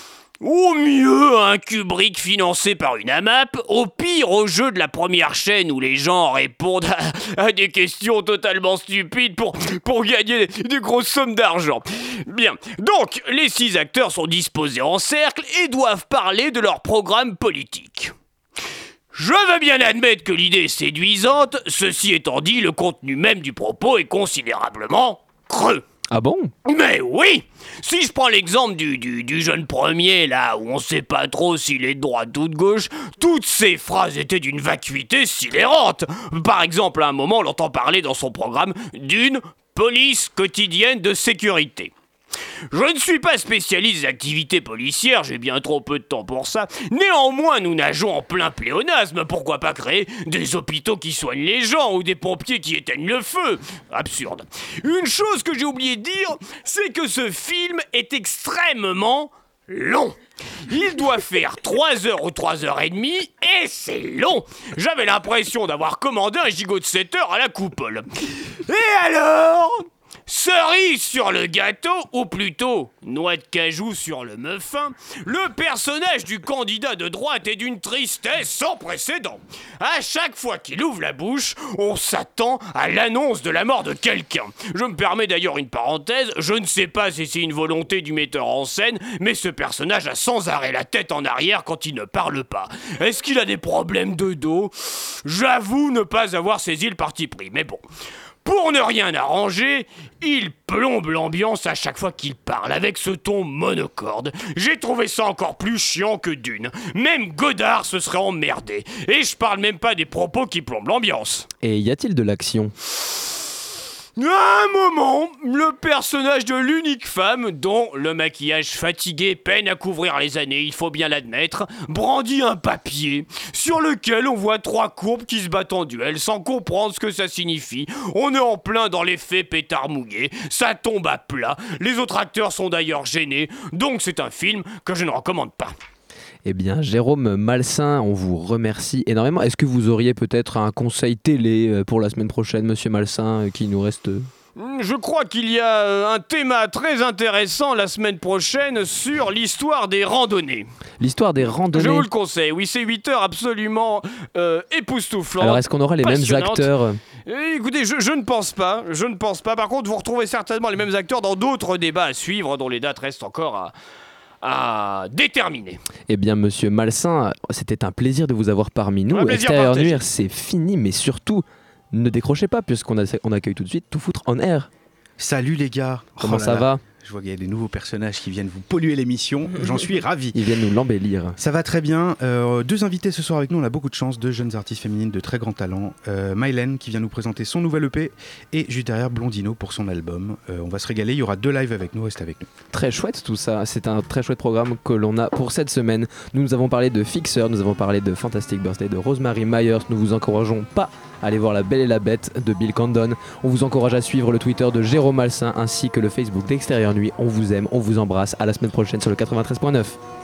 au mieux à un Kubrick financé par une AMAP, au pire au jeu de la première chaîne où les gens répondent à, à des questions totalement stupides pour, pour gagner des grosses sommes d'argent. Bien, donc les six acteurs sont disposés en cercle et doivent parler de leur programme politique. Je veux bien admettre que l'idée est séduisante, ceci étant dit, le contenu même du propos est considérablement creux. ah bon? Mais oui! Si je prends l'exemple du, du, du jeune premier, là, où on sait pas trop s'il est de droite ou de gauche, toutes ces phrases étaient d'une vacuité sidérante. Par exemple, à un moment, on l'entend parler dans son programme d'une police quotidienne de sécurité. Je ne suis pas spécialiste des activités policières, j'ai bien trop peu de temps pour ça. Néanmoins, nous nageons en plein pléonasme. Pourquoi pas créer des hôpitaux qui soignent les gens ou des pompiers qui éteignent le feu? Absurde. Une chose que j'ai oublié de dire, c'est que ce film est extrêmement long. Il doit faire trois heures ou trois heures et demie, et c'est long. J'avais l'impression d'avoir commandé un gigot de sept heures à la coupole. Et alors ? Cerise sur le gâteau, ou plutôt noix de cajou sur le muffin, le personnage du candidat de droite est d'une tristesse sans précédent. À chaque fois qu'il ouvre la bouche, on s'attend à l'annonce de la mort de quelqu'un. Je me permets d'ailleurs une parenthèse, je ne sais pas si c'est une volonté du metteur en scène, mais ce personnage a sans arrêt la tête en arrière quand il ne parle pas. Est-ce qu'il a des problèmes de dos ? J'avoue ne pas avoir saisi le parti pris, mais bon. Pour ne rien arranger, il plombe l'ambiance à chaque fois qu'il parle, avec ce ton monocorde. J'ai trouvé ça encore plus chiant que Dune. Même Godard se serait emmerdé. Et je parle même pas des propos qui plombent l'ambiance. Et y a-t-il de l'action ? À un moment, le personnage de l'unique femme, dont le maquillage fatigué peine à couvrir les années, il faut bien l'admettre, brandit un papier sur lequel on voit trois courbes qui se battent en duel sans comprendre ce que ça signifie. On est en plein dans l'effet pétard mouillé, ça tombe à plat, les autres acteurs sont d'ailleurs gênés, donc c'est un film que je ne recommande pas. Eh bien, Jérôme Malsain, on vous remercie énormément. Est-ce que vous auriez peut-être un conseil télé pour la semaine prochaine, monsieur Malsain, qui nous reste... Je crois qu'il y a un thème très intéressant la semaine prochaine sur l'histoire des randonnées. L'histoire des randonnées. Je vous le conseille, oui, c'est huit heures absolument euh, époustouflantes. Alors, est-ce qu'on aura les mêmes acteurs ? Écoutez, je, je ne pense pas, je ne pense pas. Par contre, vous retrouvez certainement les mêmes acteurs dans d'autres débats à suivre, dont les dates restent encore à... à déterminer. Eh bien, monsieur Malsain, c'était un plaisir de vous avoir parmi nous. Extérieur Nuire, c'est fini, mais surtout, ne décrochez pas, puisqu'on a, on accueille tout de suite Tout Foutre en Air. Salut les gars. Comment oh là ça là. va ? Je vois qu'il y a des nouveaux personnages qui viennent vous polluer l'émission. J'en suis ravi. Ils viennent nous l'embellir. Ça va très bien. Euh, deux invités ce soir avec nous. On a beaucoup de chance. Deux jeunes artistes féminines de très grand talent. Euh, Mylène qui vient nous présenter son nouvel E P. Et juste derrière Blondino pour son album. Euh, on va se régaler. Il y aura deux lives avec nous. Restez avec nous. Très chouette tout ça. C'est un très chouette programme que l'on a pour cette semaine. Nous, nous avons parlé de Fixer. Nous avons parlé de Fantastic Birthday de Rosemary Myers. Nous vous encourageons pas à aller voir La Belle et la Bête de Bill Condon. On vous encourage à suivre le Twitter de Jérôme Malsain ainsi que le Facebook d'Extérieur Nuit. On vous aime, on vous embrasse. À la semaine prochaine sur le quatre-vingt-treize point neuf.